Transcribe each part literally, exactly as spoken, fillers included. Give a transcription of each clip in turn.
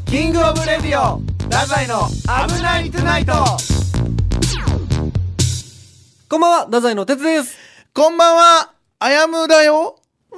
キングオブレディオ太宰の危ないトゥナイト。 こんばんは、太宰の哲です。 こんばんは、あやむだよ。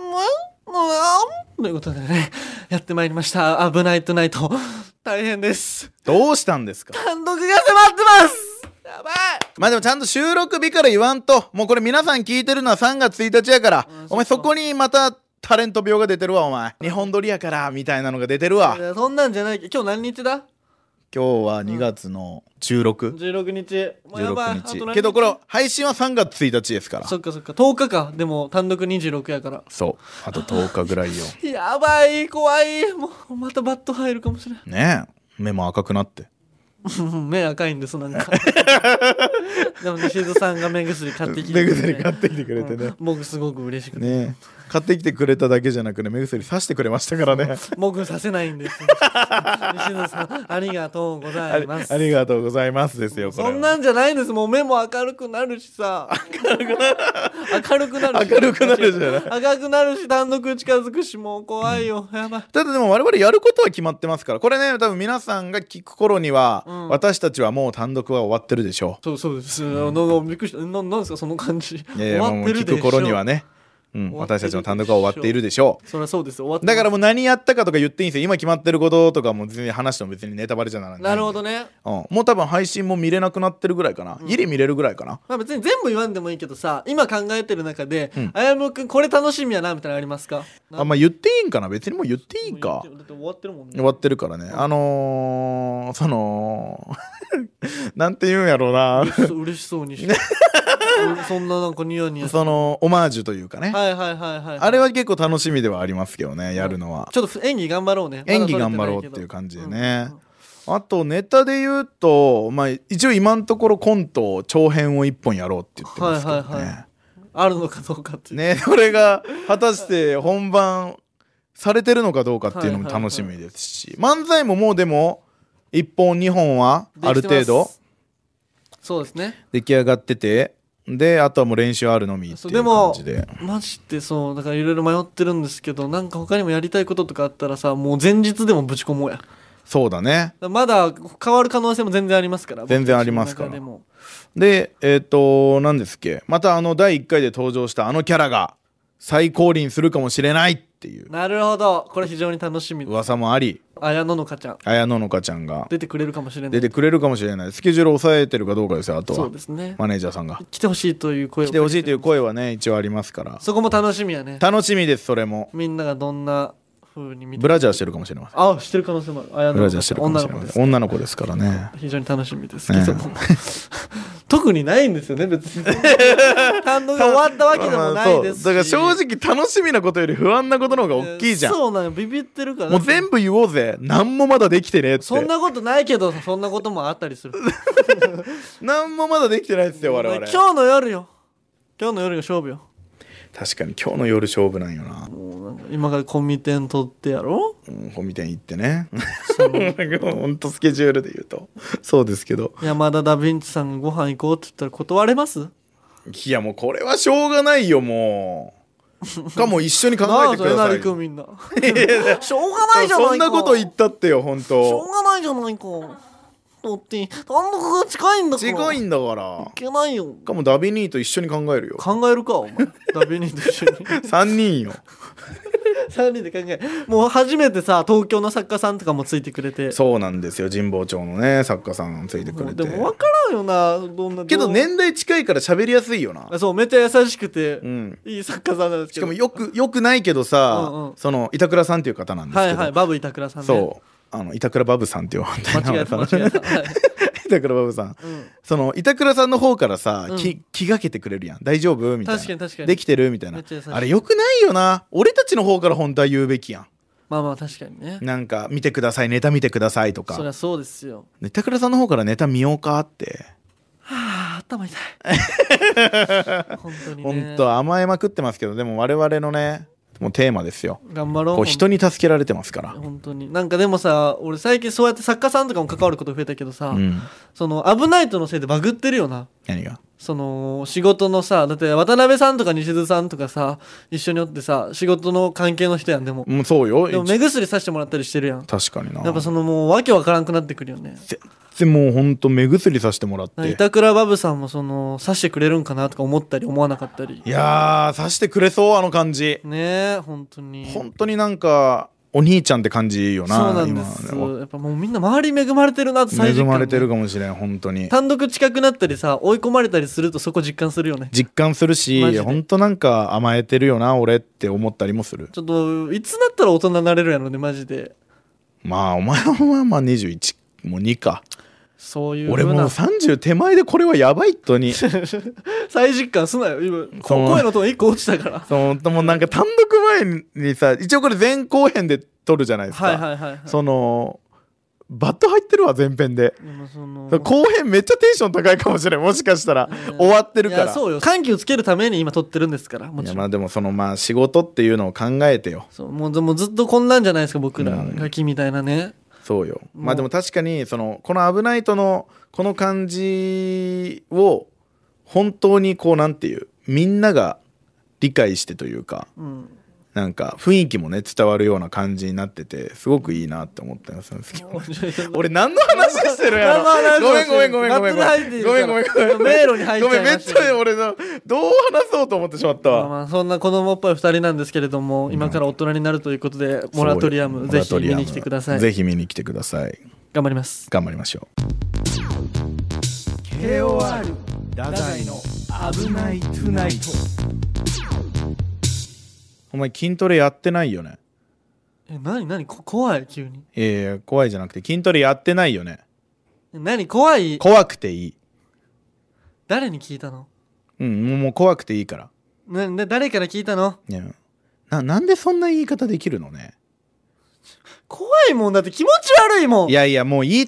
ということでね、やってまいりました。危ないトゥナイト。大変です。 どうしたんですか。 単独が迫ってます。やばい。 まあでもちゃんと収録日から言わんと。もうこれ皆さん聞いてるのはさんがつついたちやから、 うん、 お前そこにまたタレント病が出てるわ。お前日本撮りやからみたいなのが出てるわ。 そんなんじゃないけど、今日何日だ。 今日はにがつのじゅうろく、 じゅうろくにち。 じゅうろくにちあと何日けどこれ配信はさんがつついたちですから。 そっかそっか、とおかか。でも単独にじゅうろくやから。 そう、あととおかぐらいよ。 やばい、怖い。もうまたバット入るかもしれないねえ、目も赤くなって目赤いんですなんかでも西津さんが目薬買ってきてくれて、 目薬買ってきてくれてね、 うん、僕すごく嬉しくてねえ、買ってきてくれただけじゃなくね、目薬さしてくれましたからね。 僕させないんです西津さんありがとうございます。 あ, ありがとうございますですよ。これそんなんじゃないんです。もう目も明るくなるしさ、明るくなる明るくなるし明るくなるじゃない赤くなるし、単独近づくし、もう怖いよ、うん、やばい。 ただでも我々やることは決まってますから、これね、多分皆さんが聞く頃には、うん、私たちはもう単独は終わってるでしょう。 そうそうです、うん、なびっくりした。な, なんですかその感じ。 いやいや、終わってるでしょう。もう聞く頃にはね、うん、私たちの単独は終わっているでしょう。 そりゃそうです、終わってだからもう何やったかとか言っていいんですよ。今決まってることとかも別に話しても別にネタバレじゃならない。 なるほどね、 うん、もう多分配信も見れなくなってるぐらいかな、うん、ギリ見れるぐらいかな。 まあ、別に全部言わんでもいいけどさ、今考えてる中で、 うん、 あやむくんこれ楽しみやなみたいなのありますか。 あ、まあ言っていいんかな。別にもう言っていいか。 だって終わってるもんね。 終わってるからね、うん、あのー、そのなんて言うんやろうな、 嬉しそうにしてそんななんかニヤニヤ、 そのオマージュというかね、 はいはいはいはい、 あれは結構楽しみではありますけどね、やるのは。 ちょっと演技頑張ろうね。 演技頑張ろうっていう感じでね、うんうんうん、あとネタで言うと、まあ、一応今のところコント長編をいっぽんやろうって言ってますけどね、はいはいはい、 あるのかどうかってね、それが果たして本番されてるのかどうかっていうのも楽しみですし、はいはいはい、漫才ももうでもいっぽんにほんはある程度そうですね、 出来上がってて、であとはもう練習あるのみっていう感じで。 でもマジでそうだからいろいろ迷ってるんですけど、なんか他にもやりたいこととかあったらさ、もう前日でもぶち込もうや。 そうだね、 まだ変わる可能性も全然ありますから。 全然ありますから。でえっ、ー、と何ですっけ、またあのだいいっかいで登場したあのキャラが再降臨するかもしれないっていう。 なるほど、これ非常に楽しみです。 噂もあり、 綾野のかちゃん綾野のかちゃんが出てくれるかもしれない。 出てくれるかもしれない。スケジュールを抑えてるかどうかですよ。あとはそうですね、 マネージャーさんが来てほしいという声を来てほしいという声はね一応ありますから、 そこも楽しみやね。 楽しみです。それもみんながどんな風に見てブラジャーしてるかもしれません。 あ、してる可能性もある。綾野ブラジャーしてるかもしれません。女の子ですからね。 非常に楽しみですけど、ね、特にないんですよね別に単独が終わったわけでもないですし、 だから正直楽しみなことより不安なことの方が大きいじゃん。 そうなんよ、ビビってるから。 もう全部言おうぜ、何もまだできてねって。 そんなことないけどそんなこともあったりする何もまだできてないですよ我々。 今日の夜よ、今日の夜が勝負よ。 確かに今日の夜勝負なんよな。 もうなんか今からコミテン取ってやろ、 うん、コミテン行ってねほんとスケジュールで言うとそうですけど、 山田ダヴィンチさんがご飯行こうって言ったら断れます？ いやもうこれはしょうがないよ。もうかも一緒に考えてくださいよみんなしょうがないじゃないか。 そんなこと言ったってよ、本当。 しょうがないじゃないか。だって単独が近いんだから。 近いんだからいけないよ。 かもダビニーと一緒に考えるよ。 考えるかお前ダビニーと一緒にさんにんよさんにんで考え、もう初めてさ東京の作家さんとかもついてくれて。 そうなんですよ、神保町のね作家さんついてくれて。 でも分からんよな、どんなけど年代近いから喋りやすいよな。 そう、めっちゃ優しくて、うん、いい作家さんなんですけど、 しかもよくよくないけどさ、うん、うん、その板倉さんっていう方なんですけど、 はいはい、バブ板倉さんね。 そう、あの板倉バブさんって呼んで間違えた間違えた、はい板倉バブさん、うん、その板倉さんの方からさ、うん、気, 気がけてくれるやん。大丈夫みたいな、 確かに確かにできてるみたいな。あれよくないよな。俺たちの方から本当は言うべきやん。 まあまあ確かにね。 なんか見てください、ネタ見てくださいとか。 そりゃそうですよ。 板倉さんの方からネタ見ようかって。 はあ、頭痛い本当にね、 本当甘えまくってますけど、でも我々のねもうテーマですよ。 頑張ろう。 こう人に助けられてますから。 本当に。なんかでもさ、俺最近そうやって作家さんとかも関わること増えたけどさ、 うん、 その危ないとのせいでバグってるよな。 何が？ その仕事のさ、だって渡辺さんとか西津さんとかさ一緒におってさ、仕事の関係の人やん。でも、 うん、そうよ。 でも目薬さしてもらったりしてるやん。 確かにな。 やっぱそのもうわけわからんくなってくるよね。 全然もうほんと目薬さしてもらって、 板倉バブさんもそのさしてくれるんかなとか思ったり思わなかったり。 いやーさしてくれそう、あの感じねえ、本当に本当になんかお兄ちゃんって感じよな。 そうなんです。やっぱもうみんな周り恵まれてるなって最実感、ね、恵まれてるかもしれん。本当に単独近くなったりさ、追い込まれたりするとそこ実感するよね。 実感するし、本当なんか甘えてるよな俺って思ったりもする。 ちょっといつなったら大人になれるやろねマジで。 まあお前はまあにじゅういちもうにか。 そういう俺もうさんじゅう手前でこれはやばいとに再実感すなよ今。声のトーンいっこ落ちたから。 そうもうなんか単独前にさ、一応これ前後編で撮るじゃないですか。 はいはいはい、はい、 そのバット入ってるわ前編で。でもその後編めっちゃテンション高いかもしれん。もしかしたら終わってるから。いやそうよ、緩急つけるために今撮ってるんですから。もちろん。 いやまあでもそのまあ仕事っていうのを考えてよ。 そうもうでもずっとこんなんじゃないですか僕ら、うん、ガキみたいなね。 そうよ。まあでも確かにそのこの危ないとのこの感じを本当にこうなんていうみんなが理解してというか、うん、なんか雰囲気もね伝わるような感じになっててすごくいいなって思ったんですけど俺何の話してるやろごめんごめんごめんごめんごめんごめんごめんごめん迷路に入っちゃいました。ごめんめっちゃ俺のどう話そうと思ってしまったわ。 まあまあそんな子供っぽいふたりなんですけれども、うん、今から大人になるということでモラトリアムぜひ見に来てください。 ぜひ見に来てください。 頑張ります頑張りましょう。 ケーオーアール 太宰の危ないトゥナイト。 お前筋トレやってないよね。 え、何何こ怖い急に。 いやいや怖いじゃなくて筋トレやってないよね。 何怖い。 怖くていい。 誰に聞いたの。 うんもう怖くていいから。 なな誰から聞いたの。 いや な, なんでそんな言い方できるのね。 怖いもんだって気持ち悪いもん。 いやいやもういいって。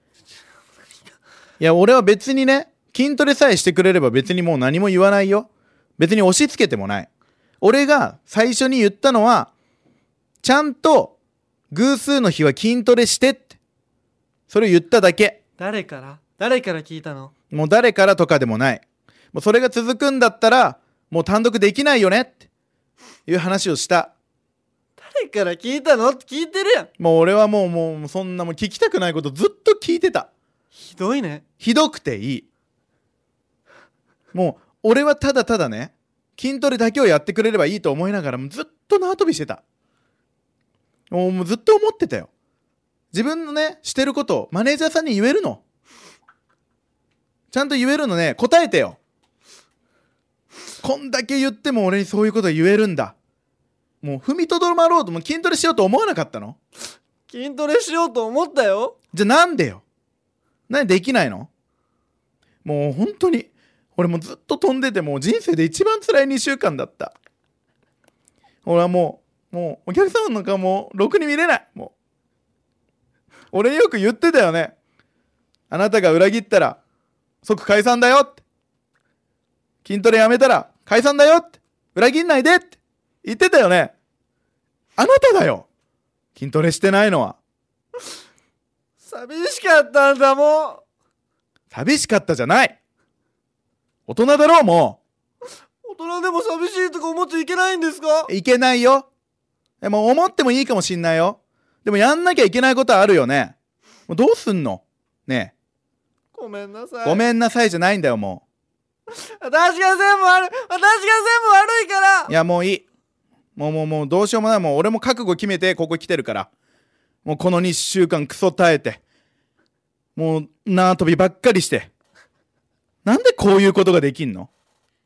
いや俺は別にね筋トレさえしてくれれば別にもう何も言わないよ。別に押し付けてもない。俺が最初に言ったのはちゃんと偶数の日は筋トレしてってそれを言っただけ。 誰から誰から聞いたの。 もう誰からとかでもない。もうそれが続くんだったらもう単独できないよねっていう話をした。 誰から聞いたのって聞いてるやん。 もう俺はもうもうそんなもう聞きたくないことずっと聞いてた。 ひどいね。 ひどくていい。もう俺はただただね筋トレだけをやってくれればいいと思いながらもずっと縄跳びしてた。もう、もうずっと思ってたよ。自分のねしてることをマネージャーさんに言えるの。ちゃんと言えるのね。答えてよ。こんだけ言っても俺にそういうこと言えるんだ。もう踏みとどまろうとも筋トレしようと思わなかったの。 筋トレしようと思ったよ。 じゃあなんでよ。なんでできないの。もう本当に俺もずっと飛んでてもう人生で一番辛いにしゅうかんだった。俺はもうもうお客様の顔もろくに見れない。もう俺によく言ってたよね。あなたが裏切ったら即解散だよって。筋トレやめたら解散だよって。裏切んないでって言ってたよね。あなただよ筋トレしてないのは。 寂しかったんだもん。 寂しかったじゃない。大人だろう。もう大人でも寂しいとか思っちゃいけないんですか。 いけないよ。でも思ってもいいかもしんないよ。でもやんなきゃいけないことあるよね。もうどうすんのねえ。 ごめんなさい。 ごめんなさいじゃないんだよ。もう私が全部悪い私が全部悪いから。 いやもういい。もうもうもうどうしようもない。もう俺も覚悟決めてここ来てるから。もうこのにしゅうかんクソ耐えてもう縄跳びばっかりしてなんでこういうことができんの。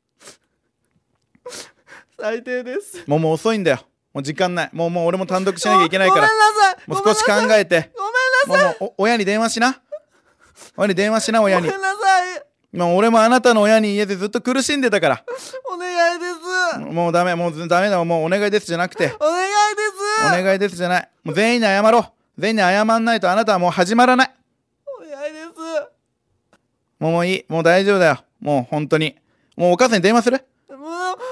最低です。 もうもう遅いんだよ。もう時間ない。もうもう俺も単独しなきゃいけないから。 ごめんなさい。 もう少し考えて。 ごめんなさい。 もうもうお親に電話しな。親に電話しな。親に。 ごめんなさい。 今俺もあなたの親に家でずっと苦しんでたから。 お願いです。 もうダメ。もうダメだ。もうお願いですじゃなくて。 お願いです。 お願いですじゃない。もう全員に謝ろう。全員に謝んないとあなたはもう始まらない。 お願いです。 もうもういい。もう大丈夫だよ。もう本当に。もうお母さんに電話する？ もうお願いです。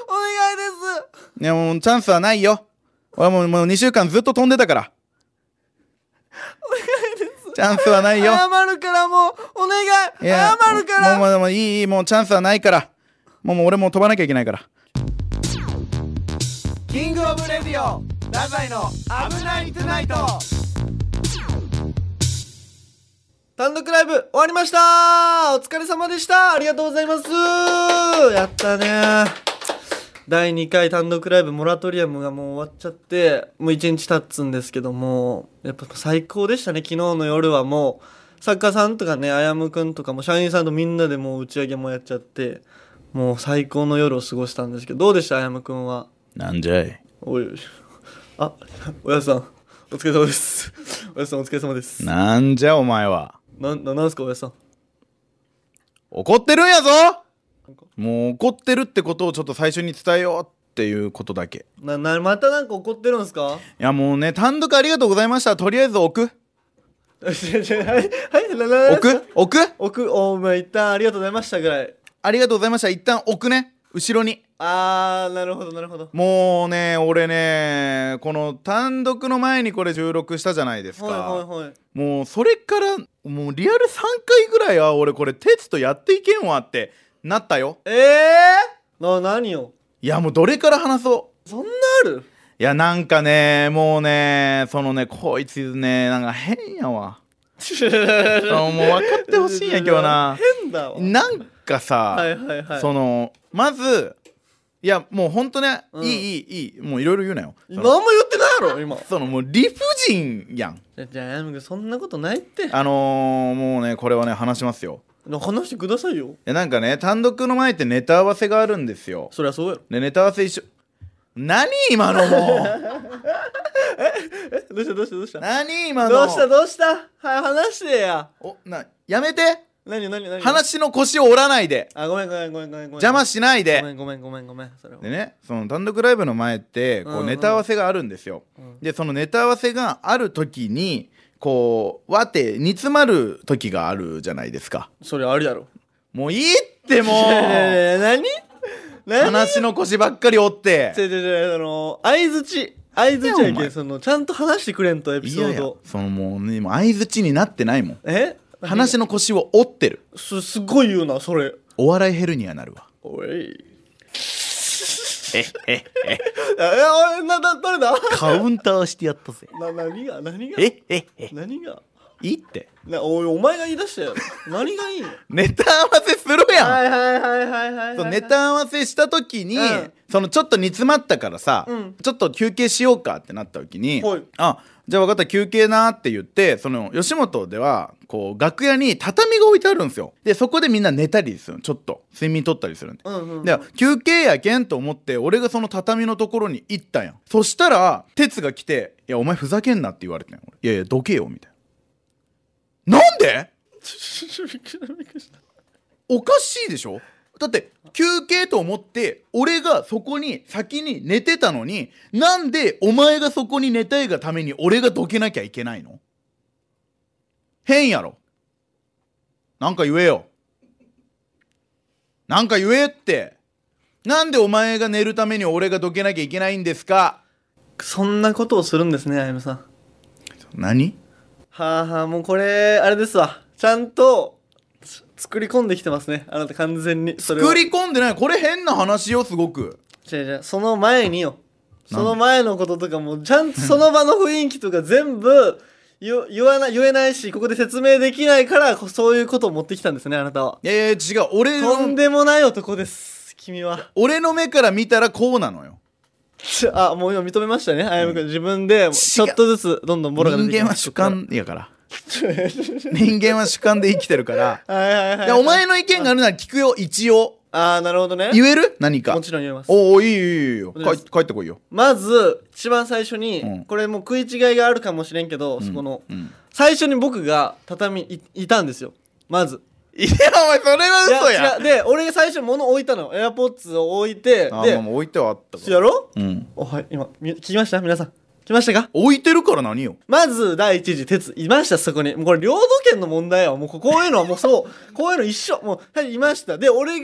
いやもうチャンスはないよ。俺はもう、もうにしゅうかんずっと飛んでたから。 お願いです。 チャンスはないよ。 謝るからもうお願い。 いや謝るから。 もうもうもういいいいもうチャンスはないからもうもう俺もう飛ばなきゃいけないから。 キングオブレディオ太宰の危ないトゥナイト。 単独ライブ終わりました。お疲れ様でした。ありがとうございます。やったね。だいにかい単独ライブモラトリアムがもう終わっちゃってもういちにち経つんですけども、やっぱ最高でしたね。昨日の夜はもう作家さんとかね、あやむくんとかも社員さんとみんなでもう打ち上げもやっちゃって、もう最高の夜を過ごしたんですけど、どうでしたあやむくんは。 なんじゃい。 おいあ、おやさんお疲れ様です。おやさんお疲れ様です。 なんじゃお前は。 な、な、なんすかおやさん。 怒ってるんやぞ。もう怒ってるってことをちょっと最初に伝えようっていうことだけ。 な、な、またなんか怒ってるんすか。 いやもうね、単独ありがとうございました。とりあえず置くはい、はい、な、な、 置く置く置く、お前一旦ありがとうございましたぐらい。 ありがとうございました。一旦置くね、後ろに。 あー、なるほどなるほど。 もうね、俺ね、この単独の前にこれ収録したじゃないですか。 はいはいはい。 もうそれからもうリアルさんかいぐらいは俺これテストやっていけんわってなったよ。 えー、な、何よ。 いやもうどれから話そう。 そんなある。 いやなんかね、もうね、そのね、こいつね、なんか変やわ。そうもう分かってほしいんやけどな。 変だわ。 なんかさ、 はいはいはい。 そのまずいやもうほんとね、 うん、 いいいいいいもういろいろ言うなよ。 何も言ってないやろ今。 そのもう理不尽やん。 じゃあやむくんそんなことないって。 あのー、もうねこれはね話しますよ。 話してくださいよ。 いやなんかね、単独の前ってネタ合わせがあるんですよ。 そりゃそうやろ。 でネタ合わせ一緒。何今のもうえどうしたどうしたどうした何今のどうしたどうした。はい話してや。 おなやめて。 何何何。 話の腰を折らないで。 あ、ごめんごめんごめんごめんごめん。 邪魔しないで。 ごめんごめんごめんごめん。それはでね、その単独ライブの前ってこうんううんネタ合わせがあるんですよ、 うんでそのネタ合わせがある時にこうわって煮詰まる時があるじゃないですか。 それあるやろ。 もういいってもう何何話の腰ばっかり折って違う違う違う、あの相づち相づちやけん、 いやお前そのちゃんと話してくれんとエピソード。 いやいやそのもうねもう相づちになってないもん。 え話の腰を折ってる。 すすごい言うなそれ。 お笑いヘルニアなるわ。 おいええええおいなな誰だカウンターしてやったぜ。 な何が何がえええ何がいいってな。おいお前が言い出したやろ。何がいいの。 ネタ合わせするやん。 はいはいはいはいはいそうネタ合わせした時に、 うんそのちょっと煮詰まったからさ、 うんちょっと休憩しようかってなった時に、 はいあじゃあ分かった休憩なって言って、その吉本ではこう楽屋に畳が置いてあるんですよ。でそこでみんな寝たりする、ちょっと睡眠取ったりするんで、 うんうんで休憩やけんと思って俺がその畳のところに行ったんやん。そしたら哲が来て「いやお前ふざけんな」って言われてん。いやいやどけよみたいな。なんでおかしいでしょ。だって休憩と思って俺がそこに先に寝てたのに、なんでお前がそこに寝たいがために俺がどけなきゃいけないの。変やろ。なんか言えよ。なんか言えって。なんでお前が寝るために俺がどけなきゃいけないんですか。 そんなことをするんですねあやむさん。 何。 はあはあ、もうこれあれですわ、ちゃんと作り込んできてますねあなた完全に。それを作り込んでない。これ変な話よすごく。 違う違う、その前によ、その前のこととかもちゃんとその場の雰囲気とか全部言言わな言えないし、ここで説明できないからそういうことを持ってきたんですねあなたは。 いやいや違う、俺とんのでもない男です君は。 俺の目から見たらこうなのよ。 あ、もう今認めましたねあやむくん、自分でちょっとずつどんどんボロが出てき人間はます。 主観やから人間は主観で生きてるからはいはいはい、はい、 いやお前の意見があるなら聞くよ一応。 ああなるほどね。 言える何か。 もちろん言えます。 おおいいよいいよいいよお願いします帰帰ってこいよ。 まず一番最初に、 うんこれもう食い違いがあるかもしれんけど、そこのうん最初に僕が畳いいたんですよまず。 いやお前それは嘘や。 いや違うで俺が最初に物置いたの、エアポッツを置いて、 あでまあもう置いてはあったから。 やろうんおはい今み聞きました皆さん、来ましたか。 置いてるから何よ。 まず第一次鉄いましたそこに。もうこれ領土権の問題はもうこういうのはもうそうこういうの一緒もうはいいました。で俺が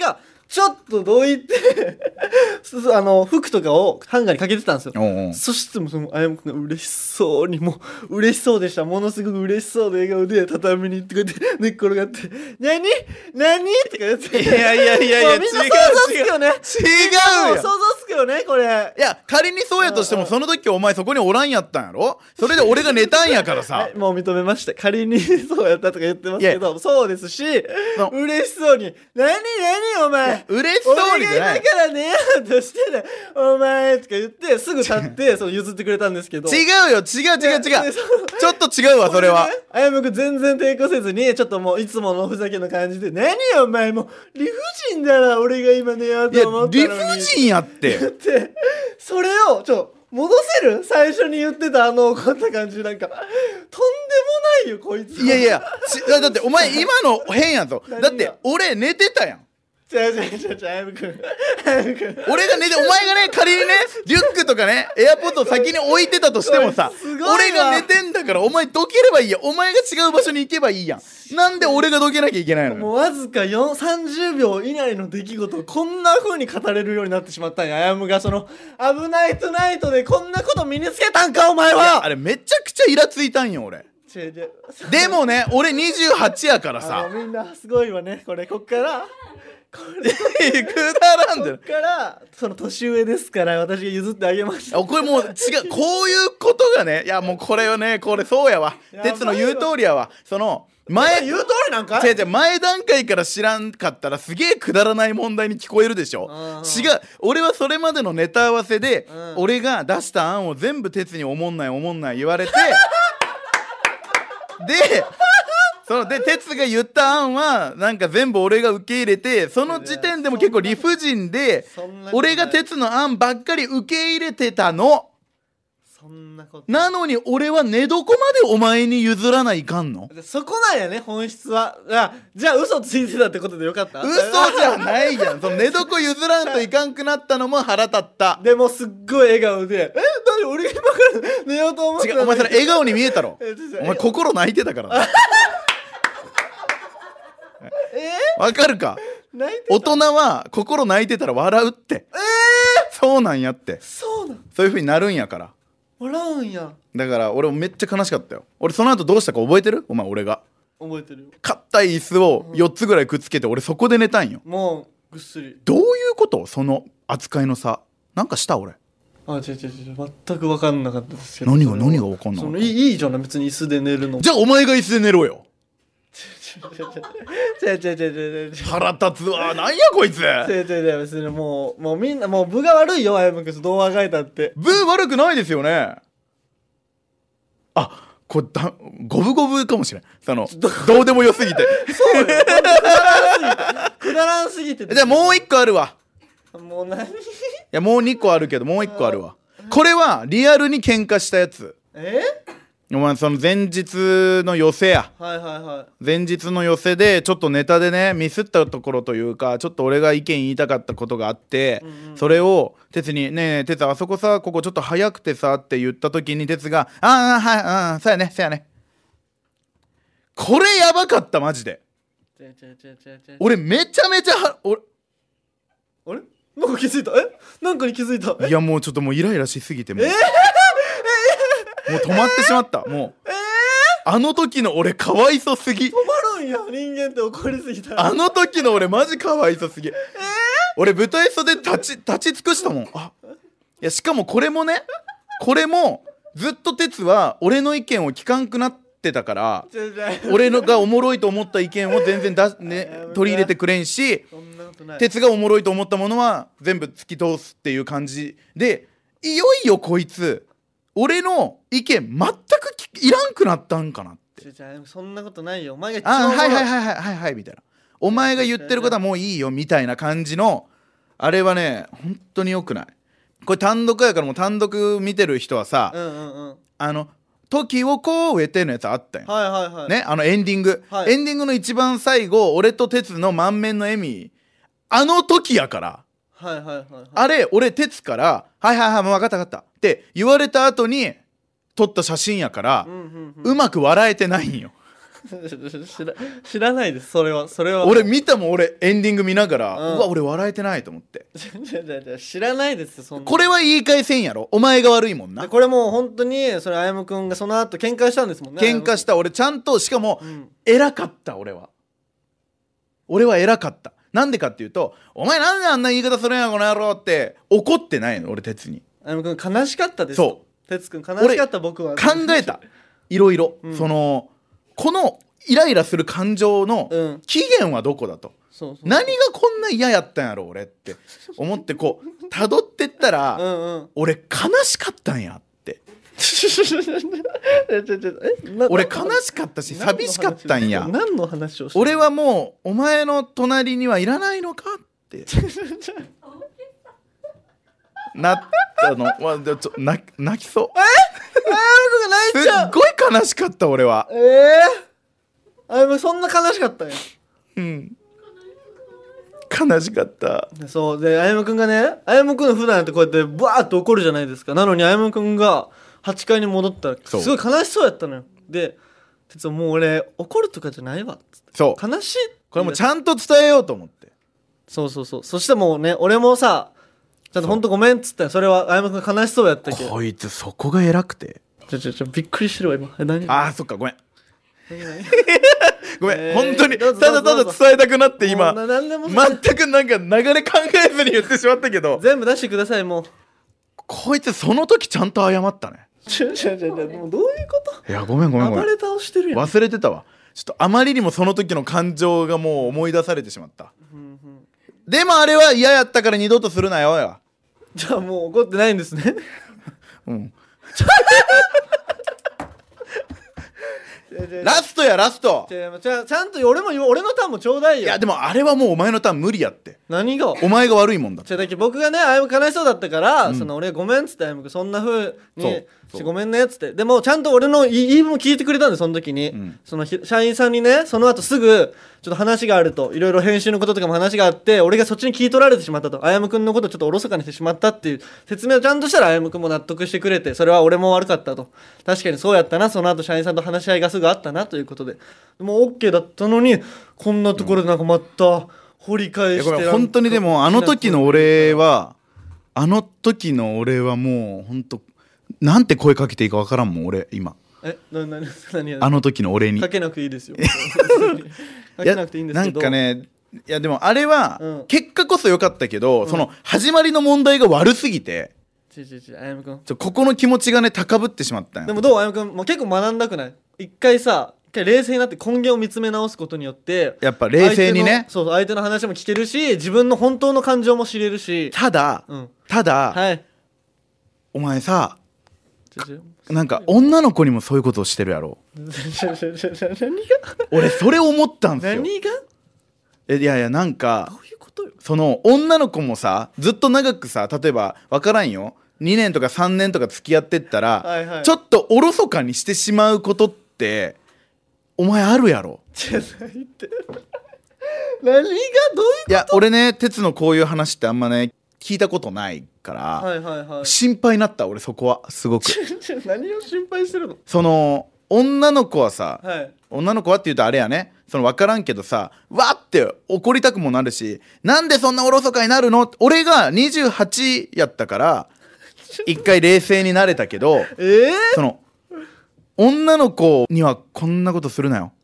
ちょっとどいてあの服とかをハンガーにかけてたんですよ。 おうおうそしてもそのあやむくんが嬉しそうにもう嬉しそうでした。ものすごく嬉しそうな笑顔で畳に行ってこうやって寝っ転がって「何何?」とか言っていやいやいやいやもうみんな想像つくよね。 違う違うよ想像つくよねこれ。 いや仮にそうやとしてもその時お前そこにおらんやったんやろ。それで俺が寝たんやからさ、 はい、もう認めました。仮にそうやったとか言ってますけど、そうですし、 そう嬉しそうに「何何お前嬉しそうにじゃない俺が今から寝ようとしてねお前」とか言ってすぐ立ってその譲ってくれたんですけど、 違うよ違う違う違うでそのちょっと違うわそれは。 あやむくん全然抵抗せずにちょっともういつものおふざけの感じで「何お前もう理不尽だな俺が今寝よういやと思った理のに」 不尽やって言ってそれをちょ戻せる最初に言ってたあの怒った感じなんかとんでもないよこいつ。 いやいやちだってお前今の変やぞ。 何がだって俺寝てたやん。 違う違う違う違うあやむくんあやむくん俺が寝てお前がね仮にねリュックとかねエアポッドを先に置いてたとしてもさすごいわ俺が寝てんだからお前どければいいやん。お前が違う場所に行けばいいやん。なんで俺がどけなきゃいけないのよ。 もうわずかよんさんじゅうびょう以内の出来事をこんな風に語れるようになってしまったんや。あやむがその危ないトゥナイトでこんなこと身につけたんかお前は。 あれめちゃくちゃイラついたんよ俺。 違う違うでもね俺にじゅうはちやからあのさみんなすごいわねこれこっからこれくだらんだよこっからその年上ですから私が譲ってあげました。 これもう違うこういうことがねいやもうこれよねこれそうやわやばいわ哲の言う通りやわ。その前言う通りなんか違う違う前段階から知らんかったらすげえくだらない問題に聞こえるでしょ。違う俺はそれまでのネタ合わせで、 うん、 俺が出した案を全部哲におもんないおもんない言われてでそので哲が言った案はなんか全部俺が受け入れてその時点でも結構理不尽で俺が哲の案ばっかり受け入れてたの。 そんなことなのに俺は寝床までお前に譲らないかんの。 そこなんやね本質は。あじゃあ嘘ついてたってことでよかった。 嘘じゃないやん。その寝床譲らんといかんくなったのも腹立った。 でもすっごい笑顔で「え何俺が今から寝ようと思ってたのに」 違うお前それ笑顔に見えたろえちょちょお前心泣いてたからなえわかるか。 ー、泣いて大人は心泣いてたら笑うってえー、 そうなんやって。 そうなんそういう風になるんやから。 笑うんや。 だから俺もめっちゃ悲しかったよ。俺その後どうしたか覚えてるお前俺が覚えてるよ。 硬い椅子をよっつぐらいくっつけて俺そこで寝たんよ。 もうぐっすり。 どういうことその扱いの差なんかした俺。 あ違う違う違う全く分かんなかったですけど。 何が何が分かんなかった。 そのいいいいじゃん別に椅子で寝るのも。 じゃあお前が椅子で寝ろよ。 違う違う違う違う違う腹立つわなんやこいつ。 違う違う違う別にもうもうみんなもう部が悪いよあやむくんどうあがいたって。 ブー悪くないですよね。あこれだ五分五分かもしれん。そのどうでもよすぎてそうよくだらんすぎてくだらんすぎて。 じゃあもう一個あるわ。 もう何いやもう二個あるけどもう一個あるわ。これはリアルに喧嘩したやつ。 えお前その前日の寄せや。 はいはいはい前日の寄せでちょっとネタでねミスったところというかちょっと俺が意見言いたかったことがあって、うんうん、それを哲に「ねえねえ哲あそこさここちょっと早くてさ」って言った時に哲が「ああはいああそうやねそうやね」これやばかったマジで。俺めちゃめちゃは俺あれなんか気づいたえなんかに気づいた。 いやもうちょっともうイライラしすぎてもう、えーもう止まってしまったもう、えー、あの時の俺かわいそすぎ。 止まるんや人間って怒りすぎたら。 あの時の俺マジかわいそすぎ、えー、俺舞台袖立ち立ち尽くしたもん。あいやしかもこれもねこれもずっと哲は俺の意見を聞かんくなってたから俺のがおもろいと思った意見を全然だ、ね、取り入れてくれんし哲がおもろいと思ったものは全部突き通すっていう感じでいよいよこいつ俺の意見全くいらんくなったんかなって。 そんなことないよお前が一あ番はいはいはいはいはいはいみたいなお前が言ってることはもういいよみたいな感じのあれはね本当に良くない。これ単独やからもう単独見てる人はさ、うんうんうん、あの時をこうえてのやつあったんよ、 はいはいはい、 ねあのエンディング、はい、エンディングの一番最後俺と哲の満面の笑みあの時やから、 はいはいはいはい、 あれ俺哲からはいはいはいもう分かった分かったって言われた後に撮った写真やから、うんうんうん、うまく笑えてないんよ知ら知らないですそれはそれは俺見たもん。俺エンディング見ながら、 うんうわ俺笑えてないと思って。 じゃじゃじゃ知らないですよそんなこれは言い返せんやろ。お前が悪いもんな。 でこれもう本当にそれあやむくんがその後喧嘩したんですもんね。 喧嘩した。俺ちゃんと、しかも、 うん、 偉かった。俺は俺は偉かった。なんでかっていうと、お前なんであんな言い方するんやこの野郎って怒ってないの俺哲に。 あやむくん悲しかったですそう哲くん悲しかった。僕は考えたいろいろ、うん、そのこのイライラする感情の起源はどこだと、そうそうそう、何がこんな嫌やったんやろ俺って思ってこう辿ってったらうん、うん、俺悲しかったんやって俺悲しかったし寂しかったんや。 何の話をして俺はもうお前の隣にはいらないのかってなったの。わちょ泣きそう。 えあやむくんが泣いちゃう。 すっごい悲しかった俺は。 ええー、あやむそんな悲しかったんや。 うん悲しかった。 そうであやむくんがね、あやむくん普段ってこうやってバーッと怒るじゃないですか。なのにあやむくんがはちかいに戻ったらすごい悲しそうやったのよ。で哲もう俺怒るとかじゃないわっつって。 そう悲しい。 これもちゃんと伝えようと思って。 そうそうそう。そしてもうね俺もさちゃんと本当ごめんっつったよ。それはあやむくん悲しそうやったけど。 こいつそこが偉くて。 ちょちょちょびっくりしてるわ今。え何？ あーそっかごめん。ごめん、 えー、 本当にただただ伝えたくなって今全くなんか流れ考えずに言ってしまったけど全部出してください。もうこいつその時ちゃんと謝ったね。 ちょちょちょもうどういうこと？ いやごめんごめんごめん。 暴れ倒してるやん。 忘れてたわ。ちょっとあまりにもその時の感情がもう思い出されてしまった、うんうん、でもあれは嫌やったから二度とするなよや。 じゃあもう怒ってないんですね。 うんラストやラスト。 ちゃちゃんと俺も俺のターンもちょうだいよ。 いやでもあれはもうお前のターン無理やって。 何がお前が悪いもんだって。 だけ僕がねあやむ悲しそうだったから、うん、その俺ごめんっつってあやむそんな風にごめんねっつって。でもちゃんと俺の言い分も聞いてくれたんでその時に、うん、その社員さんにねその後すぐちょっと話があるといろいろ編集のこととかも話があって俺がそっちに聞い取られてしまったとあやむくんのことをちょっとおろそかにしてしまったっていう説明をちゃんとしたらあやむくんも納得してくれてそれは俺も悪かったと確かにそうやったなその後社員さんと話し合いがすぐあったなということでもう OK だったのにこんなところでなんかまた掘り返して、うん、 本当にでもあの時の俺はあの時の俺はもう本当なんて声かけていいか分からんもん俺今えなな何あの時の俺にかけなくていいですよかけなくていいんですけどなんかねいやでもあれは、うん、結果こそ良かったけど、うん、その始まりの問題が悪すぎてちちちあやむくんちょここの気持ちがね高ぶってしまったんや。 でもどうあやむくんもう結構学んだくない一回さ一回冷静になって根源を見つめ直すことによってやっぱ冷静にねそうそう相手の話も聞けるし自分の本当の感情も知れるしただ、うん、ただ、 はい、 お前さなんか女の子にもそういうことをしてるやろ何が俺それ思ったんですよ。 何がえいやいやなんかどういうことよ。 その女の子もさずっと長くさ例えば分からんよにねんとかさんねんとか付き合ってったら、はいはい、ちょっとおろそかにしてしまうことってお前あるやろ。 じゃないって何がどういうこと。 いや俺ね哲のこういう話ってあんまね聞いたことないから、 はいはいはい、 心配になった俺そこはすごく何を心配してるの。 その女の子はさ、 はい、 女の子はって言うとあれやねその分からんけどさわって怒りたくもなるしなんでそんなおろそかになるの俺がにじゅうはちやったから一回冷静になれたけど、 えー、 その女の子にはこんなことするなよ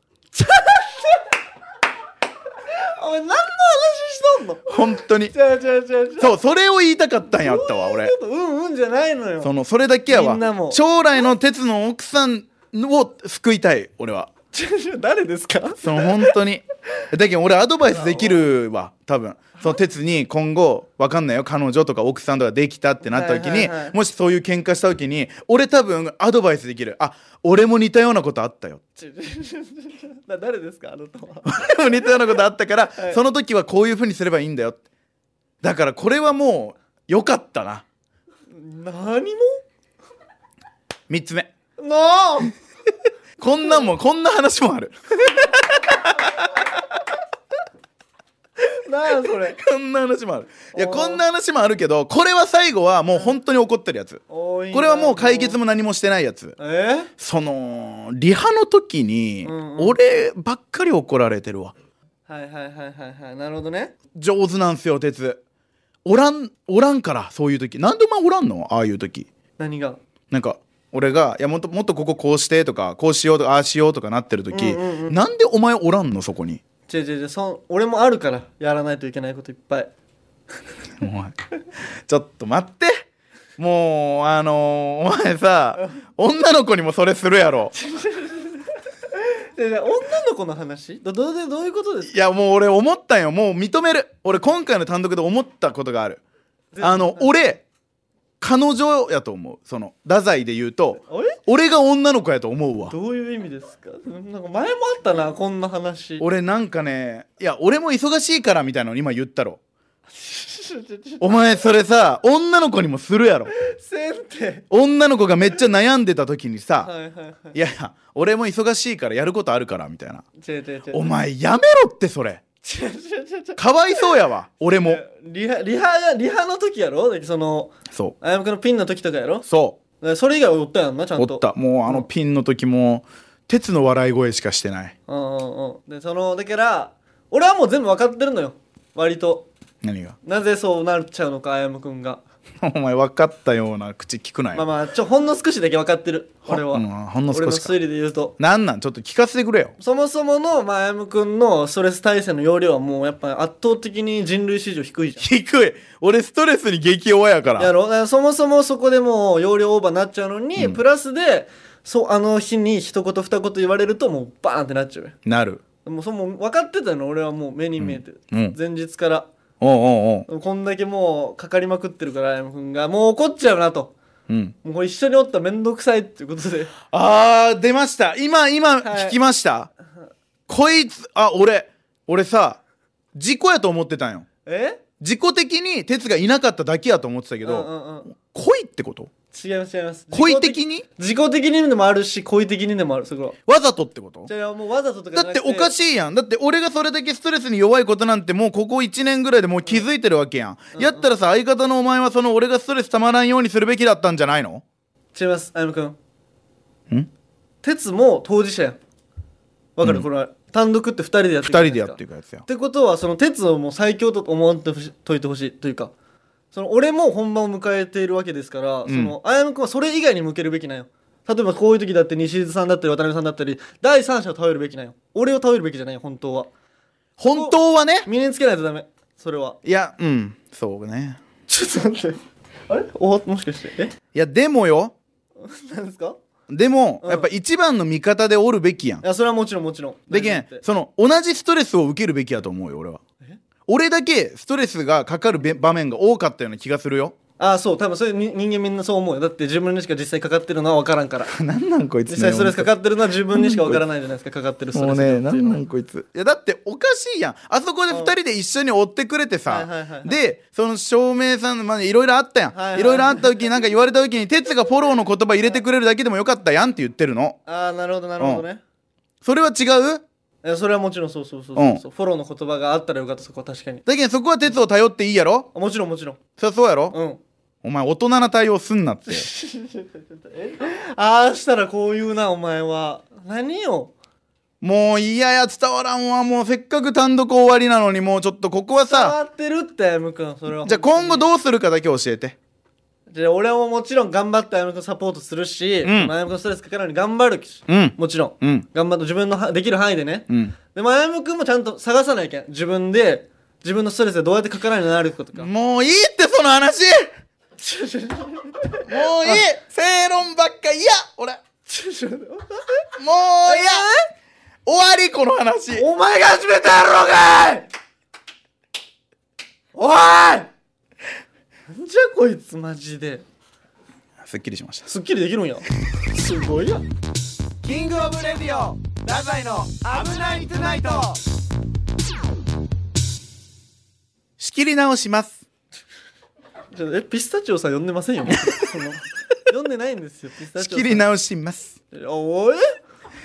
お前何の話しとんの本当に。 じゃあじゃあじゃあそうそれを言いたかったんやったわ俺。 うんうんじゃないのよ。 そのそれだけやわ。将来の哲の奥さんを救いたい俺は。 誰ですかその本当にだけど俺アドバイスできるわ多分その哲に今後わかんないよ彼女とか奥さんとかできたってなった時に、はいはいはい、もしそういう喧嘩した時に俺多分アドバイスできる。あ俺も似たようなことあったよ誰ですかあなたは俺も似たようなことあったから、はい、その時はこういう風にすればいいんだよ。だからこれはもう良かったな。 何もみっつめなあこんなんもこんな話もある何なそれこんな話もある。いやおーこんな話もあるけど、これは最後はもう本当に怒ってるやつ。 多いなこれはもう解決も何もしてないやつ。 えそのリハの時にうんうん俺ばっかり怒られてるわ。 はいはいはいはいはいなるほどね。 上手なんすよ鉄。おらんおらんからそういう時。なんでお前おらんのああいう時。 何がなんか俺がいやもっともっとこここうしてとかこうしようとかああしようとかなってる時、 うんうんうんなんでお前おらんのそこに。 違う違う違うそん俺もあるからやらないといけないこといっぱい。 お前ちょっと待って。もうあのー、お前さ女の子にもそれするやろ。 で女の子の話どどうでどういうことですか。 いやもう俺思ったんよ。もう認める。俺今回の単独で思ったことがある。あの俺彼女やと思う。その太宰で言うとあれ俺が女の子やと思うわ。 どういう意味ですか。なんか前もあったなこんな話。 俺なんかねいや俺も忙しいからみたいなの今言ったろ。お前それさ女の子にもするやろ。 せんて女の子がめっちゃ悩んでた時にさ、 はいはいはいいやいや俺も忙しいからやることあるからみたいな。 違う違う違うお前やめろってそれ。 違う違う違う違うかわいそうやわ俺も。 リハリハがリハの時やろ。でそのそあやむくんのピンの時とかやろ。 うそでそれ以外はおったやんなちゃう。おんと。 った。もうあのピンの時も鉄の笑い声しかしてない。 うんうんうんでそのだから俺はもう全部分かってるのよ割と。 何が。 なぜそうなっちゃうのかあやむくんが。 お前分かったような口聞くなよ。 まあまあちょほんの少しだけ分かってるほ俺は、 うんほんの少しか俺の推理で言うとなんなんちょっと聞かせてくれよ。 そもそもの、まあ、あやむくんのストレス耐性の容量はもうやっぱ圧倒的に人類史上低いじゃん。 低い。俺ストレスに激弱やから。 やろだからそもそもそこでもう容量オーバーになっちゃうのに、 うんプラスでそうあの日に一言二言言われるともうバーンってなっちゃうよ。 なる。 もうその分かってたの俺はもう目に見えてる、 うんうん前日からおうおうおう。 こんだけもうかかりまくってるからあやむくんがもう怒っちゃうなと。 うん。 もうこれ一緒におったらめんどくさいっていうことであー出ました。今今はい聞きました、こいつあ俺俺さ事故やと思ってたんよ。 え自己的に鉄がいなかっただけやと思ってたけど、 うんうんうん恋ってこと？ 違います違います恋的に自己的にでもあるし恋的にでもあるそこは。 わざとってこと？ じゃあもうわざととかじだゃなくっておかしいやん。だって俺がそれだけストレスに弱いことなんてもうここいちねんぐらいでもう気づいてるわけやん、 うんやったらさ相方のお前はその俺がストレスたまらんようにするべきだったんじゃないの？ 違いますあやむくん。 ん鉄も当事者やんわかる、 うんこれは単独ってふたりでやって二るじゃないですか人でやっていくやつやってことはその鉄をもう最強と思ってほしといてほしいというかその俺も本番を迎えているわけですから、 んそのあやむくんはそれ以外に向けるべきなんよ。例えばこういう時だって西津さんだったり渡辺さんだったり第三者を頼るべきなんよ。俺を頼るべきじゃないよ本当は。 本当はね。 身につけないとダメそれは。 いやうんそうね。 ちょっと待ってあれおもしかしてえいやでもよ何ですか。 でも、 うんやっぱ一番の味方でおるべきやん。 いやそれはもちろんもちろんでけん大事だってその同じストレスを受けるべきやと思うよ俺は。 え俺だけストレスがかかるべ場面が多かったような気がするよ。 ああそう多分それに人間みんなそう思うよ。だって自分にしか実際かかってるのは分からんからなんなんこいつ、ね、 実際ストレスかかってるのは自分にしか分からないじゃないですかかかってるストレスもうね、なんっていうのはなんこいつ。いやだっておかしいやん。あそこでふたりで一緒に追ってくれてさ、 はいはいはいはいでその照明さんまでいろいろあったやん、 はいはいはいいろいろあった時になんか言われた時に哲がフォローの言葉入れてくれるだけでもよかったやんって言ってるの。 ああなるほどなるほどね、 それは違う。 いやそれはもちろんそうそうそうそうそう、フォローの言葉があったらよかったそこは確かに。 だけどそこは哲を頼っていいやろ。 もちろんもちろんそりゃそうやろ、 うんお前大人な対応すんなってああしたらこう言うなお前は何よ。 もう嫌や伝わらんわ。もうせっかく単独終わりなのにもうちょっとここは伝わさってるってあやむくんそれは。 じゃあ今後どうするかだけ教えて。 じゃあ俺ももちろん頑張ってあやむくんサポートするし、 うんあやむくんストレスかからないように頑張るし、 うんもちろん、 うん頑張って自分のはできる範囲でね、 うんでもあやむくんもちゃんと探さないけん自分で自分のストレスでどうやってかからないようになるかとか、 もういいってその話もういい正論ばっか嫌俺もう嫌終わりこの話。 お前が始めたやろうがいおいなんじゃこいつマジですっきりしました。 すっきりできるんやすごいやキングオブレディオ太宰の危ないトゥナイト。 仕切り直します。 ちょえピスタチオさん呼んでませんよその呼んでないんですよピスタチオさん。 仕切り直します。 おい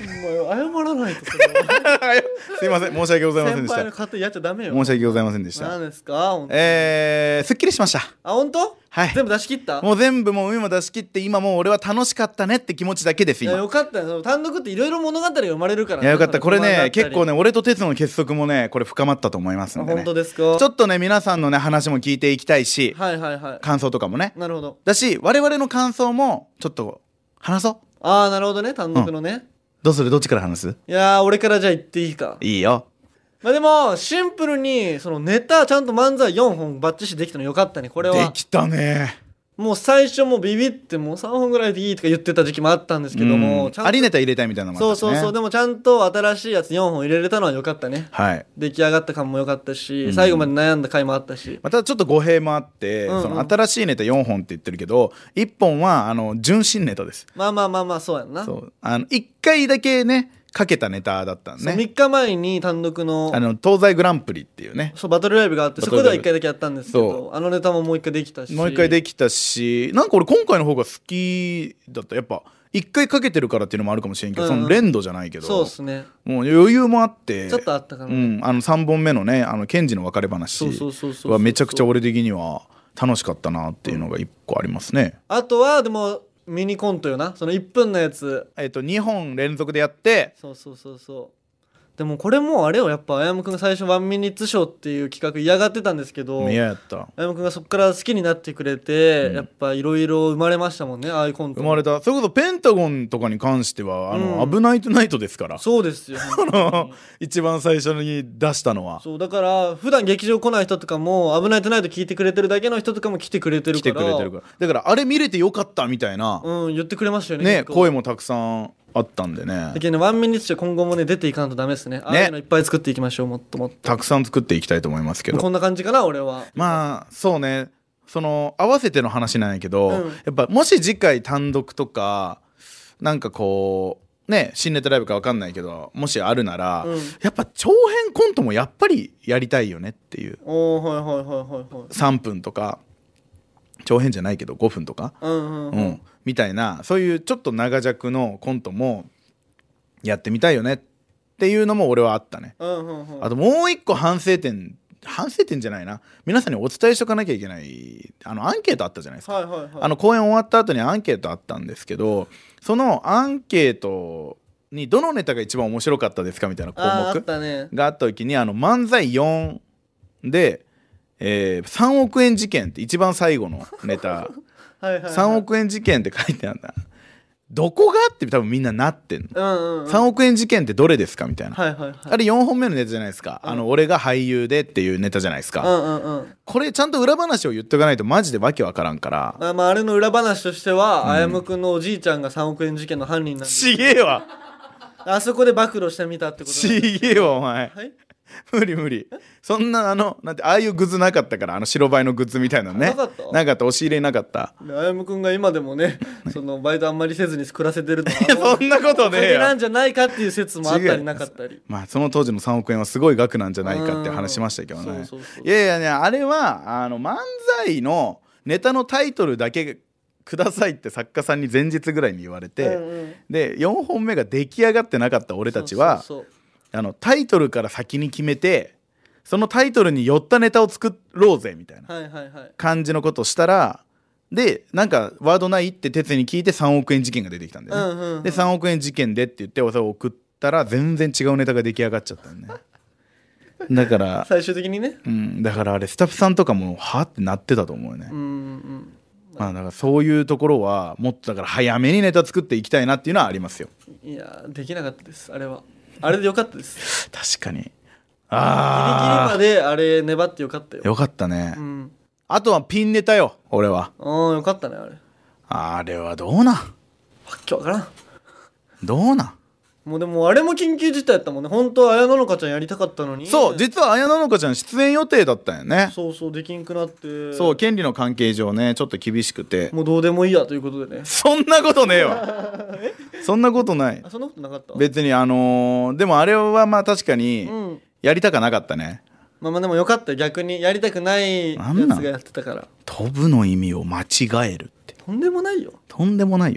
もう謝らないとそれはすいません申し訳ございませんでした先輩の勝手やっちゃダメよ。 申し訳ございませんでした何ですか本当に。 えー、すっきりしました。 あ本当？ はい全部出し切った？ もう全部もう海も出し切って今もう俺は楽しかったねって気持ちだけです今。 いやよかったよ。その単独っていろいろ物語が生まれるから、 いやよかったこれね結構ねね俺と哲の結束もねこれ深まったと思いますんでね。 本当ですか？ ちょっとね皆さんのね話も聞いていきたいし、 はいはいはい。 感想とかもねなるほど。 だし我々の感想もちょっと話そう。 ああなるほどね単独のね、うん、 どうするどっちから話す？ いやー俺からじゃあ言っていいか。 いいよ。 まあでもシンプルにそのネタちゃんと漫才よんほんバッチシできたのよかったねこれは。 できたね。 もう最初もうビビってもうさんほんぐらいでいいとか言ってた時期もあったんですけども、 ちゃんとありネタ入れたいみたいなのもあったしね。 そうそうそうでもちゃんと新しいやつよんほん入れれたのはよかったね。 はい出来上がった感もよかったし、 うん、 最後まで悩んだ回もあったし、 またちょっと語弊もあって、うんうん、その新しいネタよんほんって言ってるけどいっぽんはあの純真ネタです。 まあまあまあまあそうやんな。 そうあのいっかいだけねかけたネタだったんね。 みっかまえに単独 の, あの東西グランプリっていうねそうバトルライブがあってそこではいっかいだけやったんですけどあのネタももういっかいできたしもういっかいできたしなんか俺今回の方が好きだった。やっぱいっかいかけてるからっていうのもあるかもしれんけど、うんうん、その連動じゃないけどそうっすねもう余裕もあってちょっとあったかな、 うん、あのさんぼんめのねあのケンジの別れ話はめちゃくちゃ俺的には楽しかったなっていうのがいっこありますね、 うん、あとはでもミニコントよなそのいっぷんのやつえっとにほん連続でやってそうそうそうそうでもこれもあれよやっぱあやむくんが最初ワンミニッツショーっていう企画嫌がってたんですけど嫌やったあやむくんがそこから好きになってくれて、うん、やっぱいろいろ生まれましたもんねああいうコント生まれた。それこそペンタゴンとかに関してはあの、うん、危ないトゥナイトですからそうですよ一番最初に出したのはそうだから普段劇場来ない人とかも危ないトゥナイト聞いてくれてるだけの人とかも来てくれてるから来てくれてるからだからあれ見れてよかったみたいな、 うん、言ってくれましたよねね声もたくさんあったんでね。 だけどねワンミニッツショー今後もね出ていかんとダメですね。ああいうのいっぱい作っていきましょうもっともっとたくさん作っていきたいと思いますけどこんな感じかな俺は。 まあそうねその合わせての話なんやけど、うん、やっぱもし次回単独とかなんかこうね新ネタライブか分かんないけどもしあるなら、うん、やっぱ長編コントもやっぱりやりたいよねっていう。 おはいはいはいはいはいさんぷんとか長編じゃないけどごふんとか、 うんうんうんうんみたいなそういうちょっと長尺のコントもやってみたいよねっていうのも俺はあったね、 うんうんうん、 あともう一個反省点反省点じゃないな皆さんにお伝えしとかなきゃいけないあのアンケートあったじゃないですか、 はいはいはい、 あの公演終わった後にアンケートあったんですけどそのアンケートにどのネタが一番面白かったですかみたいな項目があった時にあの漫才よんで、えー、さんおくえん事件って一番最後のネタはいはい、はい、さんおくえん事件って書いてあるんだどこがって多分みんななってんの、 うんうんうん、 さんおくえん事件ってどれですかみたいな、 はいはいはい、 あれよんほんめのネタじゃないですか、うん、あの俺が俳優でっていうネタじゃないですか、 うんうんうん、 これちゃんと裏話を言っとかないとマジでわけわからんから、 あ、まあ、あれの裏話としては、うん、あやむくんのおじいちゃんがさんおくえん事件の犯人なんですちげえわあそこで暴露してみたってことちげえわお前、 はい、 無理無理そんなあのなんてああいうグッズなかったからあの白バイのグッズみたいなのねなかったなかった押し入れなかったあやむくんが今でもねそのバイトあんまりせずに暮らせてるとそんなことねえよなんじゃないかっていう説もあったりなかったりまあその当時のさんおくえんはすごい額なんじゃないかって話しましたけどねそうそうそういやいやねあれはあの漫才のネタのタイトルだけくださいって作家さんに前日ぐらいに言われて、うんうん、でよんほんめが出来上がってなかった俺たちはそうそうそうあのタイトルから先に決めてそのタイトルに寄ったネタを作ろうぜみたいな感じのことをしたらでなんかワードないって哲に聞いてさんおくえん事件が出てきたんだよね、うんうんうん、でさんおくえん事件でって言ってそれを送ったら全然違うネタが出来上がっちゃったんねだから最終的にね、 うん、だからあれスタッフさんとかもはってなってたと思うよね、 うんうんまあだからそういうところはもっとだから早めにネタ作っていきたいなっていうのはありますよ。 いやできなかったですあれはあれでよかったです確かにあギリギリまであれ粘ってよかったよよかったね、 うん、 あとはピンネタよ俺はああよかったねあれあれはどうなんわけわからんどうなんもうでもあれも緊急事態やったもんね本当は綾野のかちゃんやりたかったのにそう実は綾野のかちゃん出演予定だったんよねそうそうできんくなってそう権利の関係上ねちょっと厳しくてもうどうでもいいやということでねそんなことねえわそんなことないあそんなことなかった別にあのー、でもあれはまあ確かにやりたかなかったね、 うん、まあまあでもよかった逆にやりたくないやつがやってたから飛ぶの意味を間違えるってとんでもないよとんでもないよあれ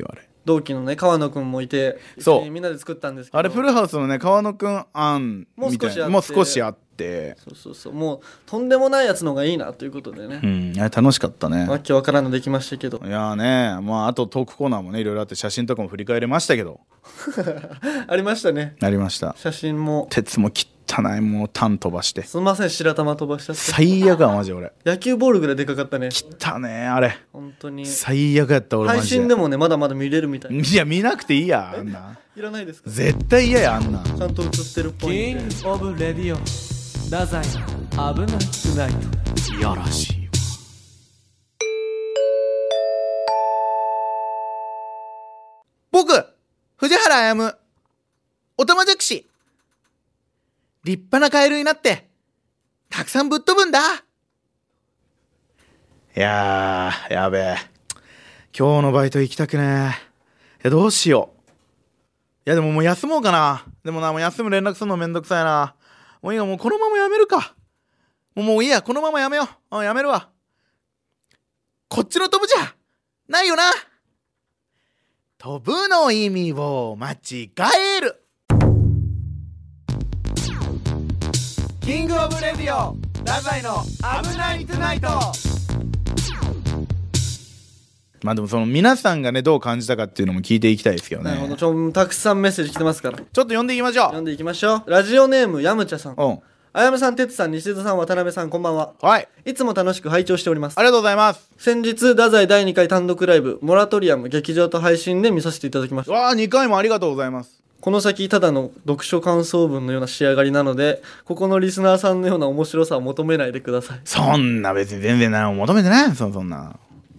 同期のね川野くんもいてそう一緒にみんなで作ったんですけど、 あれフルハウスのね川野くん案みたいなもう少しあってそうそうそうもうとんでもないやつの方がいいなということでね、 うんあれ楽しかったね。 わけわからんのできましたけどいやーねまああとトークコーナーもねいろいろあって写真とかも振り返れましたけどありましたね。 ありました。 写真も鉄も汚いもうタン飛ばしてすみません白玉飛ばしちゃって最悪やマジ俺野球ボールぐらいでかかったね。 汚ねあれ本当に最悪やった俺マジで。 配信でもねまだまだ見れるみたいな。 いや見なくていいやあんないらないですか。 絶対嫌やあんな。 ちゃんと映ってるっぽいキンんで。 グオブレディオ太宰の危ないトゥナイト。 いやらしいわ。僕藤原歩おたまじゃくし立派なカエルになってたくさんぶっ飛ぶんだ。いやーやべえ今日のバイト行きたくねえ。いやどうしよう。いやでももう休もうかな。でもなもう休む連絡するのめんどくさいな。もういいよもうこのままやめるか。もうもういいやこのままやめよう。うんやめるわ。こっちの飛ぶじゃないよな。飛ぶの意味を間違える。 キングオブレディオ太宰の危ないトゥナイト。 まあでもその皆さんがねどう感じたかっていうのも聞いていきたいですけどね。 なるほど。ちょたくさんメッセージ来てますからちょっちょっと読んでいきましょ読んでいきましょう。ラジオネームやむちゃさん。 う。 あやむさん、てつさん、西津さん、渡辺さん、こんばんは。 うん。はい。 いつも楽しく拝聴しております。 ありがとうございます。 先日太宰だいにかい単独ライブモラトリアム劇場と配信で見させていただきました。 わあにかいもありがとうございます。 この先ただの読書感想文のような仕上がりなのでここのリスナーさんのような面白さを求めないでください。 そんな別に全然何も求めてないそそんな。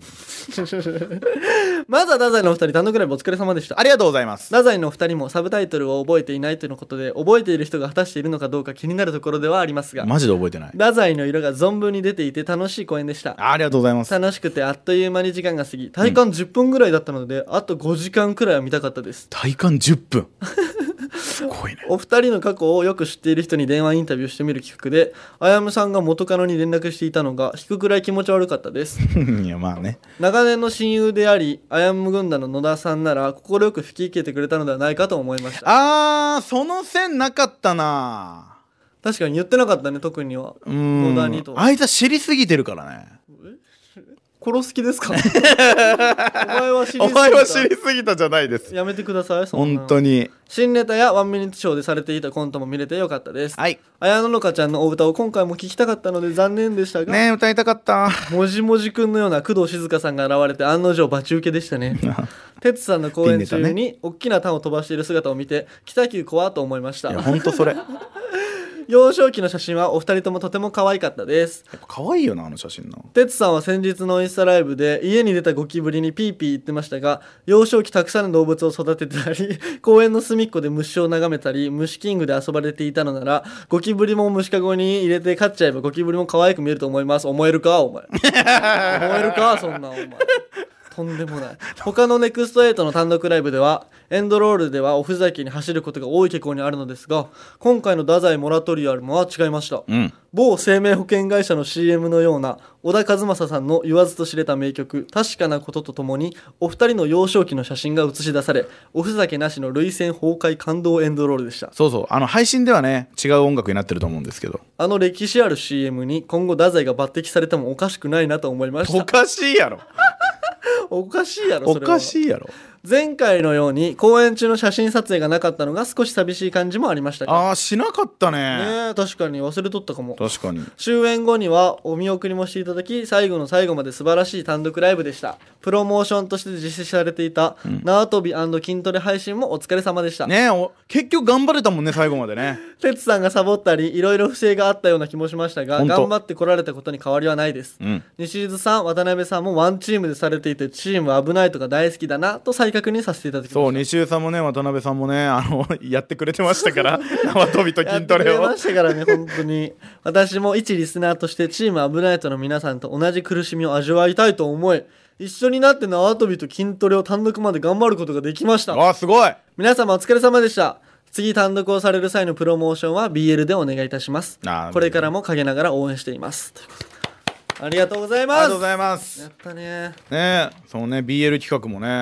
まずは太宰のお二人単独ライブお疲れ様でした。 ありがとうございます。 太宰のお二人もサブタイトルを覚えていないということで覚えている人が果たしているのかどうか気になるところではありますがマジで覚えてない。 太宰の色が存分に出ていて楽しい公演でした。 あありがとうございます。 楽しくてあっという間に時間が過ぎ体感じゅっぷんぐらいだったので、あとごじかんくらいは見たかったです。 体感じゅっぷんすごいね。 お二人の過去をよく知っている人に電話インタビューしてみる企画であやむさんが元カノに連絡していたのが引くくらい気持ち悪かったです。 いやまあね。 長年の親友でありあやむ軍団の野田さんなら快く引き受けてくれたのではないかと思いました。 あーその線なかったな。 確かに言ってなかったね。特にはうーん野田にとあいつは知りすぎてるからね。 殺す気ですか。お前は知りすぎた。 お前は知りすぎたじゃないです。 やめてください。そんな本当に。 新ネタやワンミニットショーでされていたコントも見れてよかったです。 はい綾野のかちゃんのお歌を今回も聞きたかったので残念でしたが、 ねえ歌いたかったもじもじくんのような工藤静香さんが現れて案の定バチ受けでしたね。哲さんの公演中ピンネタに大きなタンを飛ばしている姿を見て北九怖と思いました。 いや本当それや幼少期の写真はお二人ともとても可愛かったです。 っぱ可愛いよなあの写真な。 哲さんは先日のインスタライブで家に出たゴキブリにピーピー言ってましたが幼少期たくさんの動物を育ててたり公園の隅っこで虫を眺めたり虫キングで遊ばれていたのならゴキブリも虫かごに入れて飼っちゃえばゴキブリも可愛く見えると思います。思えるかお前思えるかそんなお前とんでもない。他のネクストエイトの単独ライブではエンドロールではおふざけに走ることが多い傾向にあるのですが今回の太宰モラトリアルムは違いました。 うん某生命保険会社の シーエム のような小田和正さんの言わずと知れた名曲確かなこととともにお二人の幼少期の写真が映し出されおふざけなしの涙腺崩壊感動エンドロールでした。 そうそうあの配信ではね違う音楽になってると思うんですけどあの歴史ある シーエム に今後太宰が抜擢されてもおかしくないなと思いました。 おかしいやろおかしいやろおそれは。 かしいやろ。 前回のように公演中の写真撮影がなかったのが少し寂しい感じもありましたがあーしなかったねねえ確かに忘れとったかも。 確かに終演後にはお見送りもしていただき最後の最後まで素晴らしい単独ライブでした。プロモーションとして実施されていた縄跳び&筋トレ配信もお疲れ様でした。 ねえお結局頑張れたもんね最後までね哲さんがサボったりいろいろ不正があったような気もしましたがほんと頑張ってこられたことに変わりはないです、 うん西津さん渡辺さんもワンチームでされていてチーム危ないとか大好きだなと再確認させていただきました。 そう西尾さんもね渡辺さんもねあのやってくれてましたから縄跳びと筋トレをやってくれましたからね本当に私も一リスナーとしてチーム危ないとの皆さんと同じ苦しみを味わいたいと思い一緒になって縄跳びと筋トレを単独まで頑張ることができました。 あーすごい皆様お疲れ様でした。次単独をされる際のプロモーションは ビーエル でお願いいたします。 あーこれからも陰ながら応援していますということでありがとうございあります。 がとうございますやったね。 ねえそのね ビーエル 企画もね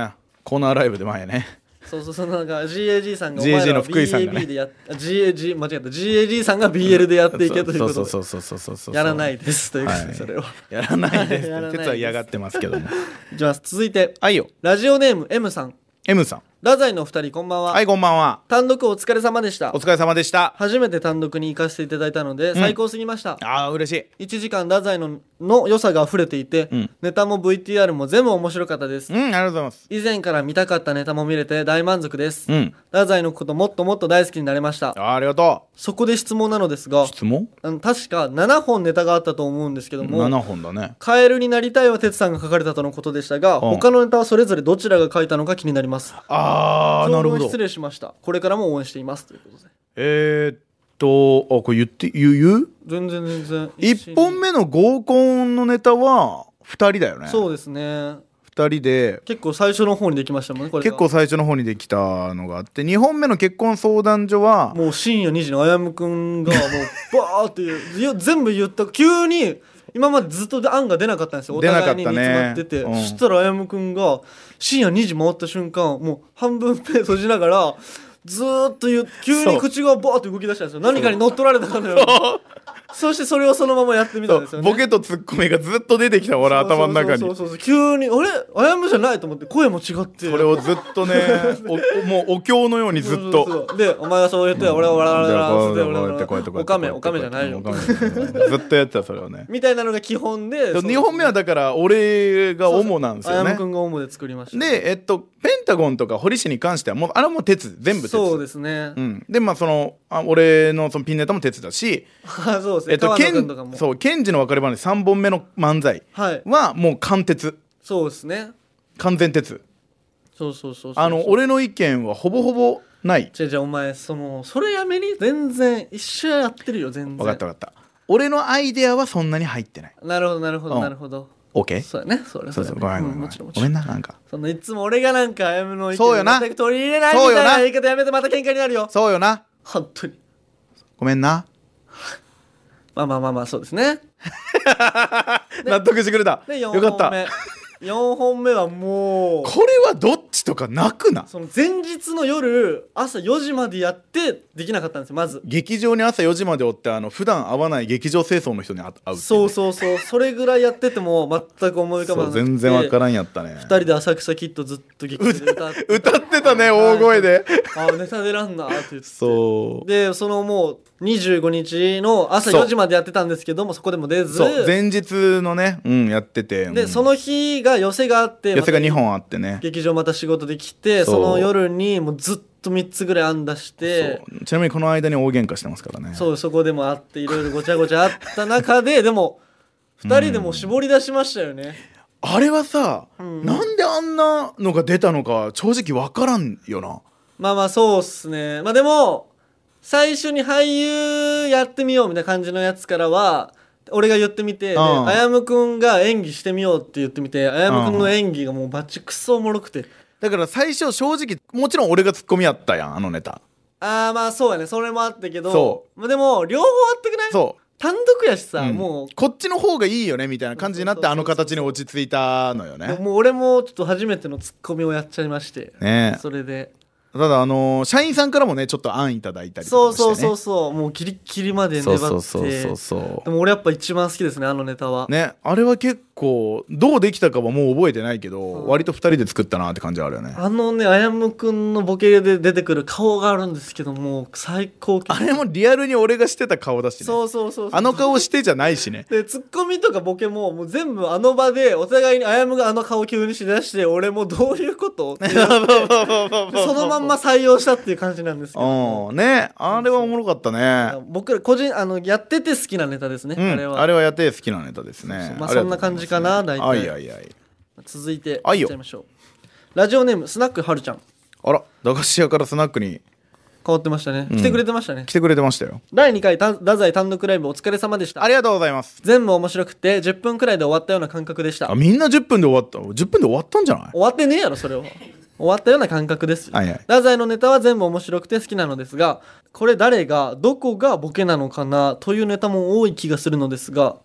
コーナーライブで前ねそうそうそう、なんか ジーエージー さんがおジーエージー前らの福井さんがねビーエービー でやっ ジーエージー 間違えた ジーエージー さんが ビーエル でやっていけということでそうそうそうそうそうそうやらないですということで、 はい、 それはやらないですやらないです鉄は嫌がってますけどもいきます。続いてはいよラジオネーム M さん。 M さん、 太宰のお二人こんばんは、 はいこんばんは。 単独お疲れ様でした。 お疲れ様でした。 初めて単独に行かせていただいたので最高すぎました、 あー嬉しい。 いちじかん太宰のの良さが溢れていて、 うんネタも ブイティーアール も全部面白かったです。 うん、ありがとうございます。 以前から見たかったネタも見れて大満足です、 うん、 太宰のこともっともっと大好きになれました。 あーありがとそこで質問なのですがう。、質問あの確かななほんネタがあったと思うんですけども、 ななほんだね。 カエルになりたいは哲さんが書かれたとのことでしたが、 うん他のネタはそれぞれどちらが書いたのか気になります。 あーなるほど。 長文失礼しました。これからも応援していますということで。 えー、っとあこれ言って言う言う全然全然いっぽんめの合コンのネタはふたりだよね。 そうですね。 ふたりで結構最初の方にできましたもんねこれが。 結構最初の方にできたのがあって、にほんめの結婚相談所はもう深夜にじのあやむくんがもうバーっていういや全部言った急に今までずっと案が出なかったんですよ。お出なかったね互いに煮詰まってて、 うんそしたらあやむくんが深夜にじ回った瞬間もう半分目閉じながらずーっと言う急に口がバーって動き出したんですよ。何かに乗っ取られたかのようにそしてそれをそのままやってみたんですよね。 ボケとツッコミがずっと出てきた俺頭の中に。 そうそうそうそう急にあれあやむじゃないと思って声も違ってそれをずっとねおもうお経のようにずっとそうそうそうでお前がそう言って俺は笑わじゃあこうらこうやってこうやってこうやっておかめおかめじゃないよおかめずっとやってたそれをね。 みたいなのが基本でにほんめはだから俺が主なんですよね。 あやむくんが主で作りました。 でえっとペンタゴンとか堀市に関してはもうあれはもう鉄全部鉄。 そうですね、 うん、でまあそのあ俺のそのピンネタも鉄だし、 あそうですね、 えっと、 川野くんとケンかもそうケンジの別れ話さんぼんめの漫才はいはもう完鉄そうですね完全鉄。 そうそうそうそうあの俺の意見はほぼほぼない。 じゃじゃお前そのそれやめに全然一緒やってるよ全然。 分かった分かった。俺のアイデアはそんなに入ってない。 なるほどなるほどうんなるほど。 OK？ そうやねそれそうそうごめんごめんうんごめんごもちろんもちろんめんななんかそのいつも俺がなんかあやむの意見そうよな全く取り入れないみたいそうよなな言い方やめてまた喧嘩になるよそうよな本当に。 ごめんなまあまあまあまあそうですね。 納得してくれたで4 よかった。 本目よんほんめはもうこれはどっちとかなくな。 その前日の夜朝よじまでやってできなかったんですよまず。 劇場に朝よじまでおってあの普段会わない劇場清掃の人に会うっていうね。 そうそうそうそれぐらいやってても全く思い浮かばなくてそう全然わからんやったね。 ふたりで浅草キッドずっと劇場で歌って歌ってたね大声で。 あネタ出らんなって言ってそうでそのもうにじゅうごにちの朝よじまでやってたんですけどもそこでも出ずそう前日のねうんやっててで、 うんその日が寄せがあって寄せがにほんあってね。 劇場また仕事で来てそうその夜にもうずっとみっつぐらい案出してそうちなみにこの間に大喧嘩してますからね。 そうそこでもあっていろいろごちゃごちゃあった中ででもふたりでも絞り出しましたよね。 あれはさ、 うんなんであんなのが出たのか正直わからんよな。 まあまあそうっすね。まあでも最初に俳優やってみようみたいな感じのやつからは俺が言ってみてでうんあやむくんが演技してみようって言ってみてあやむくんの演技がもうバチクソおもろくてだから最初正直もちろん俺がツッコミやったやんあのネタ。 ああまあそうやねそれもあったけどそまあでも両方あってくないそう単独やしさ、 うんもうこっちの方がいいよねみたいな感じになってあの形に落ち着いたのよね。 もう俺もちょっと初めてのツッコミをやっちゃいましてねそれでただあのー社員さんからもねちょっと案いただいたりそうとかして、ね、 そうそうそうもうギリッギリまで粘ってそうそうそうそうそうでも俺やっぱ一番好きですねあのネタは、 ねあれは結構どうできたかはもう覚えてないけど、 うん割とふたりで作ったなって感じはあるよね。 あのねあやむくんのボケで出てくる顔があるんですけどもう最高級あれもリアルに俺がしてた顔だしね。 そうそうそうそうあの顔してじゃないしね。 でツッコミとかボケももう全部あの場でお互いにあやむがあの顔急にしだして俺もどういうことってなってそのまんま採用したっていう感じなんですけどうんねあれはおもろかったね。 僕ら個人あのやってて好きなネタですね、 うん、 あれはあれはやって好きなネタですね。 そうそうまありがとうございますそんな感じかな大体あいあいあい。 続いてはいよいっちゃいましょう。ラジオネームスナックはるちゃんあら駄菓子屋からスナックに変わってましたね、 うん来てくれてましたね。 来てくれてましたよ。 だいにかいた太宰単独ライブお疲れ様でした。 ありがとうございます。 全部面白くてじゅっぷんくらいで終わったような感覚でした。 あみんなじゅっぷんで終わったじゅっぷんで終わったんじゃない。 終わってねえやろそれは終わったような感覚ですよ。 はいはい太宰のネタは全部面白くて好きなのですがこれ誰がどこがボケなのかなというネタも多い気がするのですが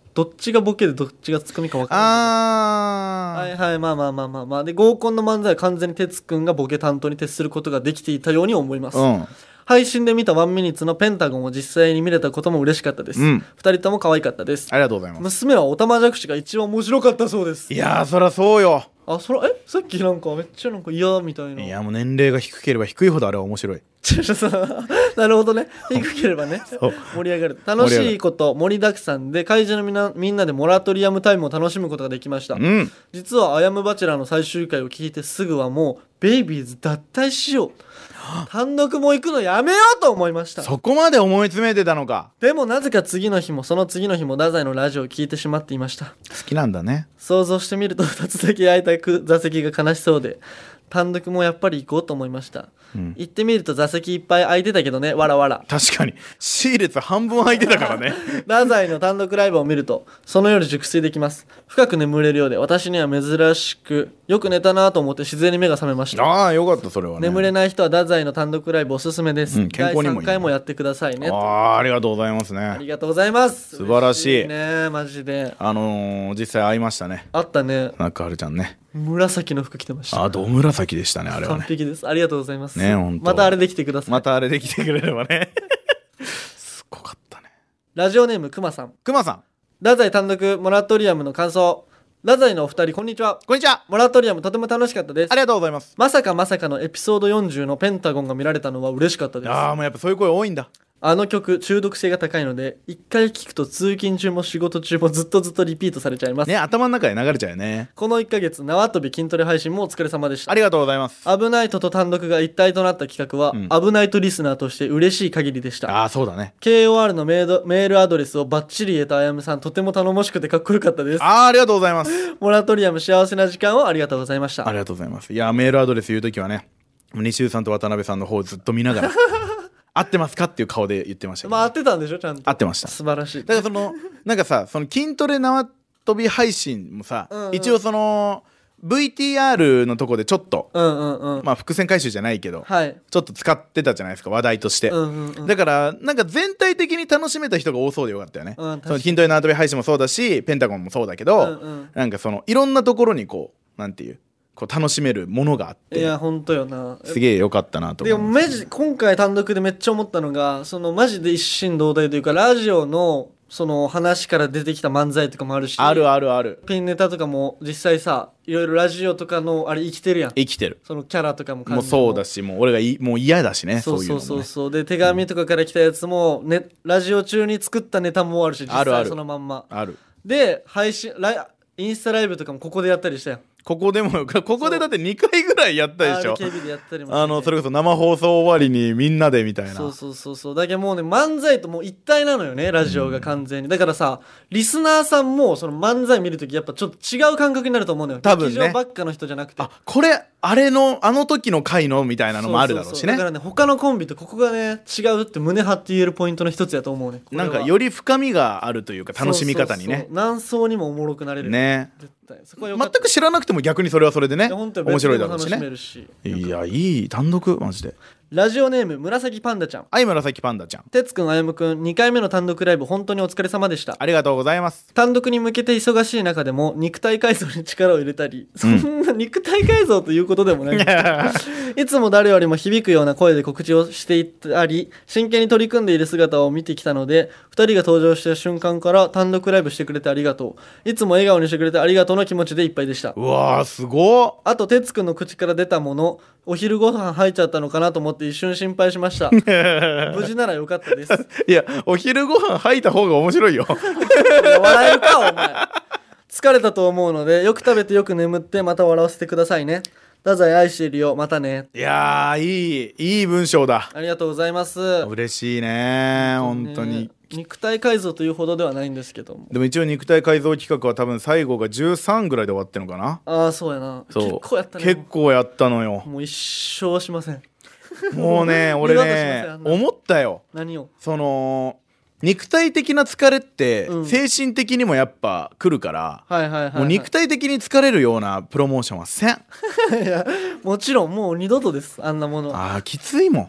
どっちがボケでどっちがツッコミか分からないあー、 はいはい、まあまあまあまあまあで、合コンの漫才は完全に哲くんがボケ担当に徹することができていたように思います、 うん配信で見たワンミニッツのペンタゴンを実際に見れたことも嬉しかったです、 うんふたりとも可愛かったです。 ありがとうございます。 娘はオタマジャクシが一番面白かったそうです。 いやーそらそうよ。 あ、そらえさっきなんかめっちゃなんか嫌みたいな。 いやもう年齢が低ければ低いほどあれは面白い。 ちょちょさなるほどね、低ければねそう盛り上がる。楽しいこと盛りだくさんで会場のみんなみんなでモラトリアムタイムを楽しむことができました、 うん実はアヤムバチェラーの最終回を聞いてすぐはもうベイビーズ脱退しよう単独も行くのやめようと思いました。 そこまで思い詰めてたのか。 でもなぜか次の日もその次の日も太宰のラジオを聞いてしまっていました。 好きなんだね。 想像してみるとふたつだけ空いた座席が悲しそうで単独もやっぱり行こうと思いました、うん、行ってみると座席いっぱい空いてたけどね、わらわら。 確かに C 列半分空いてたからね太宰の単独ライブを見るとその夜熟睡できます。深く眠れるようで私には珍しくよく寝たなと思って自然に目が覚めました。 ああよかったそれはね。 眠れない人は太宰の単独ライブおすすめです、 うん、健康にもいい、ね、 だいさんかいもやってくださいね。 ああありがとうございますね。 ありがとうございます。 素晴らしい嬉しいねマジで。 あのー、実際会いましたね。 あったね。 中春ちゃんね。 紫の服着てました。 あど紫でしたねあれはね。 完璧です。ありがとうございますね。本当またあれできてください。 またあれできてくれればねすごかったね。 ラジオネームくまさん。 くまさん太宰単独モラトリアムの感想。太宰のお二人こんにちは。 こんにちは。 モラトリアムとても楽しかったです。 ありがとうございます。 まさかまさかのエピソードよんじゅうのペンタゴンが見られたのは嬉しかったです。 ああもうやっぱそういう声多いんだ。 あの曲中毒性が高いので一回聴くと通勤中も仕事中もずっとずっとリピートされちゃいます、 ね頭の中で流れちゃうよね。 このいっかげつ縄跳び筋トレ配信もお疲れ様でした。 ありがとうございます。 アブナイトと単独が一体となった企画は、 うんアブナイトリスナーとして嬉しい限りでした。 ああそうだね。 ケーオーアール のメールメールアドレスをバッチリ得たあやむさんとても頼もしくてかっこよかったです。 ああありがとうございます。 モラトリアム幸せな時間をありがとうございました。 ありがとうございます。いやメールアドレス言うときはね西尾さんと渡辺さんの方をずっと見ながら合ってますかっていう顔で言ってましたけど、 まあ合ってたんでしょちゃんと。 合ってました。 素晴らしい。 だからそのなんかさその筋トレ縄跳び配信もさ、うんうん、一応その ブイティーアール のとこでちょっと、 うんうんうん、 まあ伏線回収じゃないけど、はい、ちょっと使ってたじゃないですか話題として、うんうんうん、だからなんか全体的に楽しめた人が多そうでよかったよね、うん、その筋トレ縄跳び配信もそうだしペンタゴンもそうだけど、うんうん、なんかそのいろんなところにこうなんていうこう楽しめるものがあって、 いやほんとよな、 すげえ良かったなと思います。 でもマジ今回単独でめっちゃ思ったのがそのマジで一心同体というかラジオのその話から出てきた漫才とかもあるし、 あるあるある、 ピンネタとかも実際さいろいろラジオとかのあれ生きてるやん。 生きてる。 そのキャラとかももうそうだしもう俺がいもう嫌だしね。 そうそうそうそう、で手紙とかから来たやつも、ね、ラジオ中に作ったネタもあるし実際そのまんまあるで配信ライインスタライブとかもここでやったりしたやん。 ここでもここでだってにかいぐらいやったでしょ。 アールケービー でやったりもして、 あのそれこそ生放送終わりにみんなでみたいな。 そうそうそうそう、だけどもうね漫才ともう一体なのよねラジオが完全に、うん、だからさリスナーさんもその漫才見るときやっぱちょっと違う感覚になると思うのよ。 多分ね劇場ばっかの人じゃなくて、 あこれあれのあの時の回のみたいなのもあるだろうしね。 そうそうそう、だからね他のコンビとここがね違うって胸張って言えるポイントの一つやと思うね。 なんかより深みがあるというか楽しみ方にね。そうそうそう、 何層にもおもろくなれるね。 絶対そこはよかった。 全く知らなくても逆にそれはそれでね面白いだろうしね。 しいやいい単独マジで。 ラジオネーム紫パンダちゃん。 はい紫パンダちゃん。 てつくんあやむくんにかいめの単独ライブ本当にお疲れ様でした。 ありがとうございます。 単独に向けて忙しい中でも肉体改造に力を入れたり、そんな肉体改造ということでもないんですけどいつも誰よりも響くような声で告知をしていったり真剣に取り組んでいる姿を見てきたので、ふたりが登場した瞬間から単独ライブしてくれてありがとう、いつも笑顔にしてくれてありがとうの気持ちでいっぱいでした。 うわーすごっ。 あとてつくんの口から出たものお昼ご飯入っちゃったのかなと思って一瞬心配しました無事ならよかったですいやお昼ご飯入った方が面白いよ笑えるかお前。疲れたと思うのでよく食べてよく眠ってまた笑わせてくださいね。太宰愛しているよまたね。 いやーいいいい文章だ。 ありがとうございます。 嬉しいね本当に。 肉体改造というほどではないんですけども、 でも一応肉体改造企画は多分最後がじゅうさんぐらいで終わってるのかな。 ああそうやな。結構やったね。 結構やったのよ。 もう一生しませんもうね俺ね思ったよ。 何を。 その肉体的な疲れってうん精神的にもやっぱ来るから、 はいはいはいはい、 もう肉体的に疲れるようなプロモーションはせんいやもちろんもう二度とですあんなものは。 あーきついもん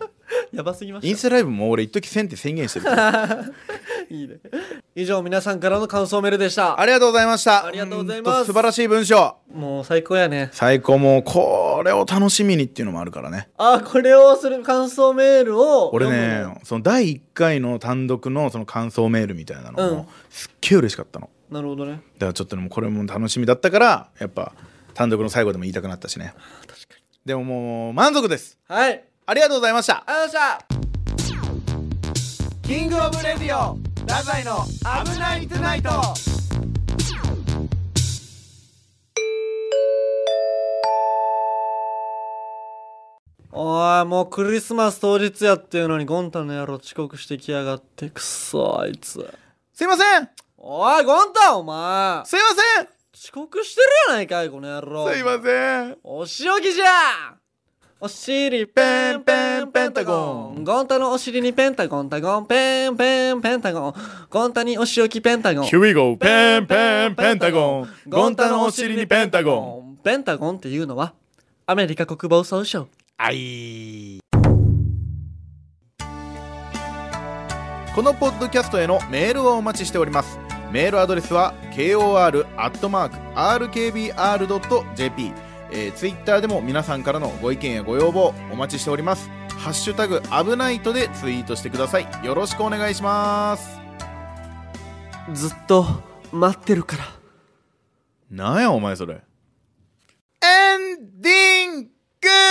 やばすぎましインスタライブも俺一時せんって宣言してるたいいね。以上皆さんからの感想メールでした。 ありがとうございました。 ありがとうございます。 ん素晴らしい文章。 もう最高やね。 最高。もうこれを楽しみにっていうのもあるからね。 あ、これをする感想メールを俺読むのねそのだいいっかいの単独のその感想メールみたいなのうんもすっげえ嬉しかったの。 なるほどね。 だからちょっとねもうこれも楽しみだったからやっぱ単独の最後でも言いたくなったしね。 確かに。 でももう満足です。 はい、 ありがとうございました。 ありがとうございました。 キングオブレディオ太宰の危ないトゥナイト。 おい、もうクリスマス当日やっていうのにゴンタの野郎遅刻してきやがって。くそあいつ。 すいませんおいゴンタ、お前すいません遅刻してるやないかいこの野郎。 すいません。 お仕置きじゃ。お尻ペンペンペンタゴン。ゴンタのお尻にペンタゴンタゴンペンペンペンタゴン。ゴンタにお仕置きペンタゴン。 Here we go ペンペンペンタゴン。ゴンタのお尻にペンタゴン。 ペンタゴンっていうのはアメリカ国防総省。 あい。このポッドキャストへのメールをお待ちしております。メールアドレスは ケーオーアール アットマーク アールケービーアール ドット ジェーピー、えー、ツイッターでも皆さんからのご意見やご要望お待ちしております。ハッシュタグ危ないとでツイートしてください。よろしくお願いします。 ずっと待ってるから。 なんやお前それ。エンディング。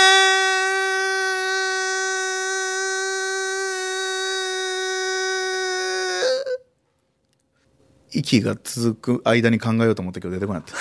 息が続く間に考えようと思ったけど出てこなか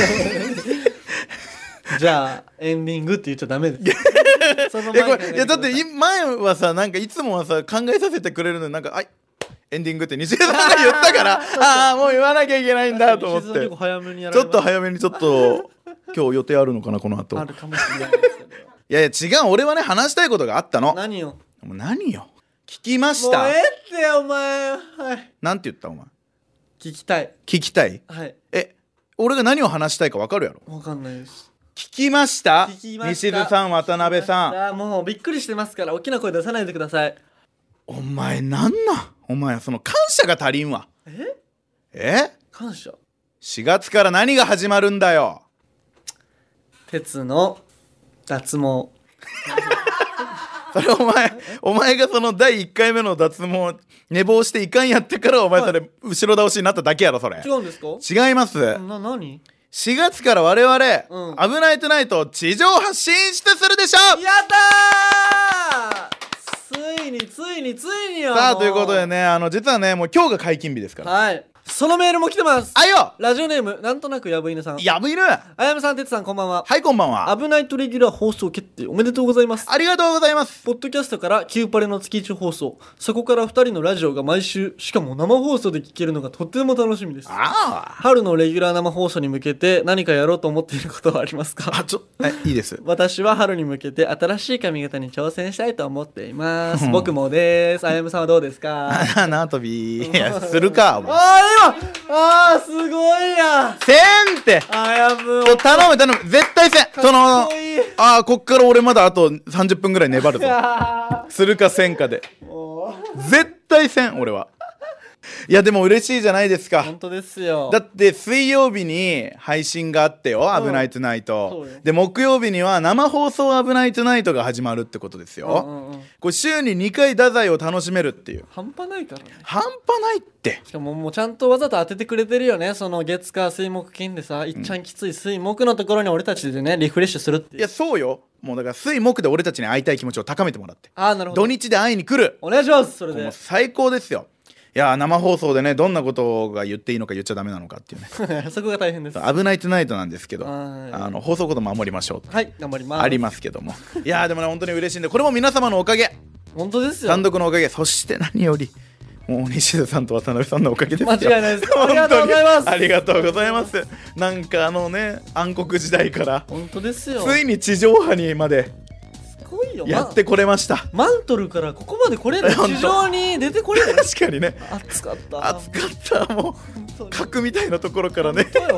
ったじゃあエンディングって言っちゃダメですその前いやこれいやだって前はさなんかいつもはさ考えさせてくれるのになんかあいエンディングって西江さんが言ったからああもう言わなきゃいけないんだと思ってちょっと早めにちょっと今日予定あるのかなこの後。 あるかもしれないですよね。 いやいや違う俺はね話したいことがあったの。 何よ。 もう何よ聞きました。 もうええってお前。はい。 なんて言ったお前。 聞きたい。 聞きたい。 はい。 え俺が何を話したいか分かるやろ。 分かんないです。 聞きました。 聞きました。 西津さん渡辺さん。もうびっくりしてますから大きな声出さないでください。 お前なんなんお前その感謝が足りんわ。 ええ感謝。 しがつから何が始まるんだよ。 鉄の脱毛。 それお前お前がそのだいいっかいめの脱毛寝坊していかんやってからお前それ、はい、後ろ倒しになっただけやろそれ。 違うんですか。 違います。 な何しがつから我々、 うん、 危ないトゥナイト地上波進出するでしょ。 やったーついについについによ。 さあということでねあの実はねもう今日が解禁日ですから。 はいそのメールも来てます。 あいよラジオネームなんとなくやぶ犬さん。 やぶ犬。 あやむさん、てつさん、こんばんは。 はいこんばんは。 危ないトレギュラー放送決定おめでとうございます。 ありがとうございます。 ポッドキャストからキューパレの月いち放送、そこからふたりのラジオが毎週しかも生放送で聞けるのがとっても楽しみです。 ああ春のレギュラー生放送に向けて何かやろうと思っていることはありますか。 あちょえいいです。 私は春に向けて新しい髪型に挑戦したいと思っています僕もです。あやむさんはどうですか。 あなとびいやするかお前。 あー今あーすごいやせんってあやむちょ頼む頼む絶対せん。そのあーこっから俺まだあとさんじゅっぷんぐらい粘るぞするかせんかで絶対せん俺は。いやでも嬉しいじゃないですか。 本当ですよ。だって水曜日に配信があってよ、危ないトゥナイトで木曜日には生放送危ないトゥナイトが始まるってことですよ、うんうんうん、これ週ににかい太宰を楽しめるっていう半端ないからね。 半端ないって。 しかももうちゃんとわざと当ててくれてるよね。その月火水木金でさいっちゃんきつい水木のところに俺たちでねリフレッシュするっていう。 いやそうよもうだから水木で俺たちに会いたい気持ちを高めてもらって。 あーなるほど。 土日で会いに来るお願いします。それでもう最高ですよ。いや生放送でねどんなことが言っていいのか言っちゃダメなのかっていうねそこが大変です。 危ないトゥナイトなんですけどああの放送こと守りましょうとはい頑張りますありますけどもいやでもね本当に嬉しいんでこれも皆様のおかげ。 本当ですよ。 単独のおかげそして何よりもう西田さんと渡辺さんのおかげですよ。 間違いないです。ありがとうございますありがとうございます。なんかあのね暗黒時代から本当ですよついに地上波にまでやってこれました。 マントルからここまで来れる地上に出てこれる確かにね暑かった暑かったもう核みたいなところからねびっく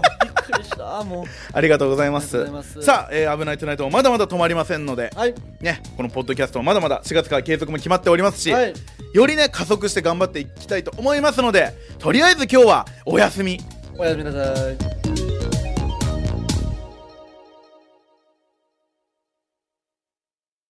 くりしたもうありがとうございます。 ありがとうございます。 さあ、えー、危ないトゥナイトもまだまだ止まりませんので、 はいね、このポッドキャストもまだまだしがつから継続も決まっておりますし、 はい、 よりね加速して頑張っていきたいと思いますので、とりあえず今日はお休み。 おやすみなさい。